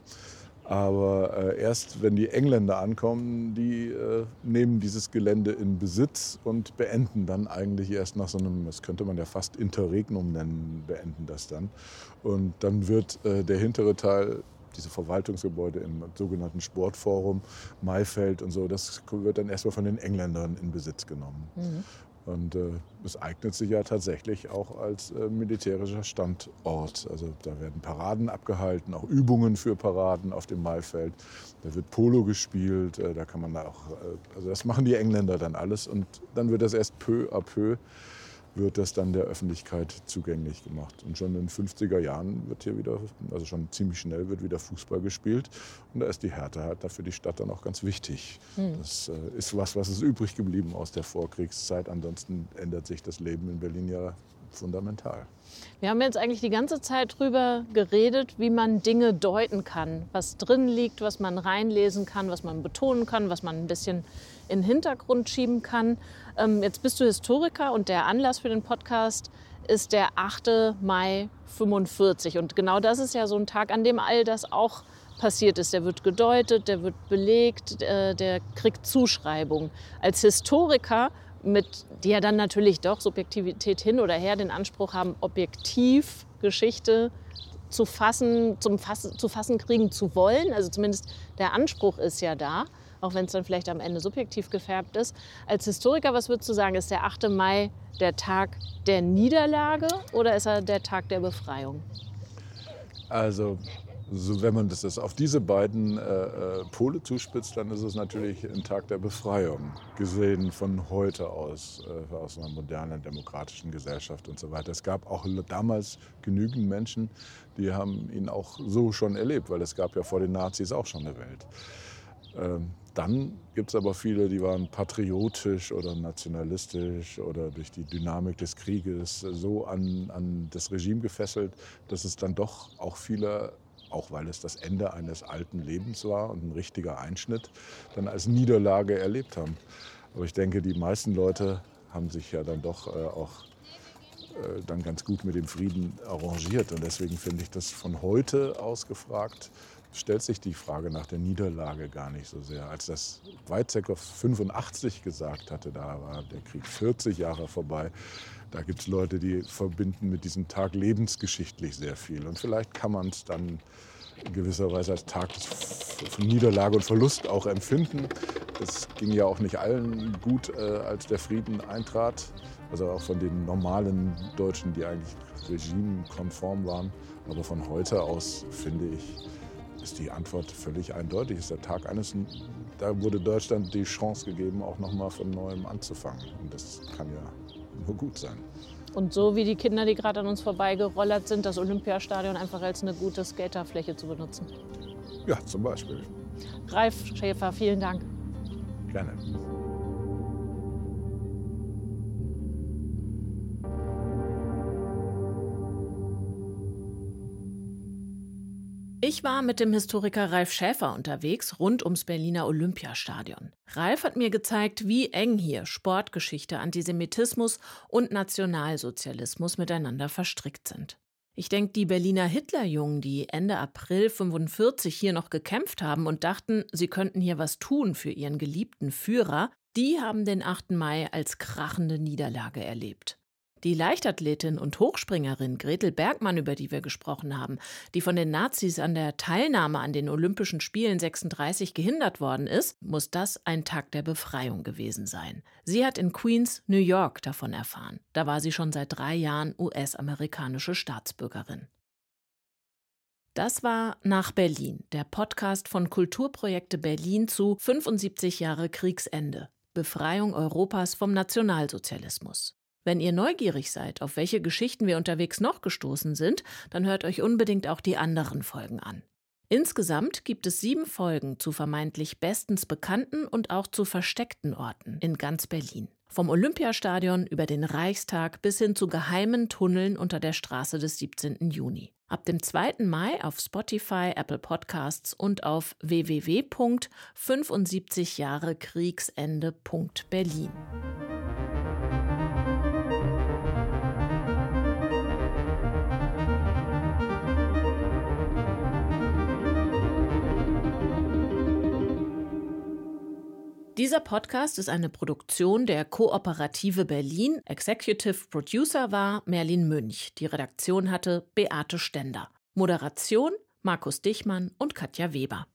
Aber äh, erst wenn die Engländer ankommen, die äh, nehmen dieses Gelände in Besitz und beenden dann eigentlich erst nach so einem, das könnte man ja fast Interregnum nennen, beenden das dann. Und dann wird äh, der hintere Teil, diese Verwaltungsgebäude im sogenannten Sportforum, Maifeld und so, das wird dann erstmal von den Engländern in Besitz genommen. Mhm. Und äh, es eignet sich ja tatsächlich auch als äh, militärischer Standort. Also da werden Paraden abgehalten, auch Übungen für Paraden auf dem Maifeld. Da wird Polo gespielt, äh, da kann man da auch, äh, also das machen die Engländer dann alles. Und dann wird das erst peu à peu, wird das dann der Öffentlichkeit zugänglich gemacht. Und schon in den fünfziger Jahren wird hier wieder, also schon ziemlich schnell wird wieder Fußball gespielt. Und da ist die Hertha halt dafür die Stadt dann auch ganz wichtig. Mhm. Das äh, ist was, was ist übrig geblieben aus der Vorkriegszeit. Ansonsten ändert sich das Leben in Berlin ja fundamental. Wir haben jetzt eigentlich die ganze Zeit drüber geredet, wie man Dinge deuten kann. Was drin liegt, was man reinlesen kann, was man betonen kann, was man ein bisschen in den Hintergrund schieben kann. Ähm, jetzt bist du Historiker und der Anlass für den Podcast ist der achte Mai fünfundvierzig. Und genau das ist ja so ein Tag, an dem all das auch passiert ist. Der wird gedeutet, der wird belegt, äh, der kriegt Zuschreibung. Als Historiker, mit, die ja dann natürlich doch Subjektivität hin oder her den Anspruch haben, objektiv Geschichte zu fassen, zum Fassen, zu fassen kriegen zu wollen. Also zumindest der Anspruch ist ja da, auch wenn es dann vielleicht am Ende subjektiv gefärbt ist. Als Historiker, was würdest du sagen, ist der achte Mai der Tag der Niederlage oder ist er der Tag der Befreiung? Also Also wenn man das auf diese beiden äh, Pole zuspitzt, dann ist es natürlich ein Tag der Befreiung, gesehen von heute aus, äh, aus einer modernen, demokratischen Gesellschaft und so weiter. Es gab auch damals genügend Menschen, die haben ihn auch so schon erlebt, weil es gab ja vor den Nazis auch schon eine Welt. Ähm, dann gibt es aber viele, die waren patriotisch oder nationalistisch oder durch die Dynamik des Krieges so an, an das Regime gefesselt, dass es dann doch auch viele, auch weil es das Ende eines alten Lebens war und ein richtiger Einschnitt, dann als Niederlage erlebt haben. Aber ich denke, die meisten Leute haben sich ja dann doch äh, auch äh, dann ganz gut mit dem Frieden arrangiert. Und deswegen finde ich das von heute aus gefragt, stellt sich die Frage nach der Niederlage gar nicht so sehr. Als das Weizsäcker fünfundachtzig gesagt hatte, da war der Krieg vierzig Jahre vorbei, da gibt es Leute, die verbinden mit diesem Tag lebensgeschichtlich sehr viel. Und vielleicht kann man es dann in gewisser Weise als Tag von Niederlage und Verlust auch empfinden. Das ging ja auch nicht allen gut, äh, als der Frieden eintrat. Also auch von den normalen Deutschen, die eigentlich regimekonform waren. Aber von heute aus, finde ich, ist die Antwort völlig eindeutig. Es ist der Tag eines, da wurde Deutschland die Chance gegeben, auch noch mal von Neuem anzufangen. Und das kann ja nur gut sein. Und so wie die Kinder, die gerade an uns vorbeigerollert sind, das Olympiastadion einfach als eine gute Skaterfläche zu benutzen. Ja, zum Beispiel. Ralf Schäfer, vielen Dank. Gerne. Ich war mit dem Historiker Ralf Schäfer unterwegs, rund ums Berliner Olympiastadion. Ralf hat mir gezeigt, wie eng hier Sportgeschichte, Antisemitismus und Nationalsozialismus miteinander verstrickt sind. Ich denke, die Berliner Hitlerjungen, die Ende April fünfundvierzig hier noch gekämpft haben und dachten, sie könnten hier was tun für ihren geliebten Führer, die haben den achten Mai als krachende Niederlage erlebt. Die Leichtathletin und Hochspringerin Gretel Bergmann, über die wir gesprochen haben, die von den Nazis an der Teilnahme an den Olympischen Spielen sechsunddreißig gehindert worden ist, muss das ein Tag der Befreiung gewesen sein. Sie hat in Queens, New York davon erfahren. Da war sie schon seit drei Jahren U S-amerikanische Staatsbürgerin. Das war Nach Berlin, der Podcast von Kulturprojekte Berlin zu fünfundsiebzig Jahre Kriegsende, Befreiung Europas vom Nationalsozialismus. Wenn ihr neugierig seid, auf welche Geschichten wir unterwegs noch gestoßen sind, dann hört euch unbedingt auch die anderen Folgen an. Insgesamt gibt es sieben Folgen zu vermeintlich bestens bekannten und auch zu versteckten Orten in ganz Berlin. Vom Olympiastadion über den Reichstag bis hin zu geheimen Tunneln unter der Straße des siebzehnten Juni. Ab dem zweiten Mai auf Spotify, Apple Podcasts und auf w w w punkt fünfundsiebzig Jahre Kriegsende punkt berlin. Dieser Podcast ist eine Produktion der Kooperative Berlin. Executive Producer war Merlin Münch. Die Redaktion hatte Beate Stender. Moderation Markus Dichmann und Katja Weber.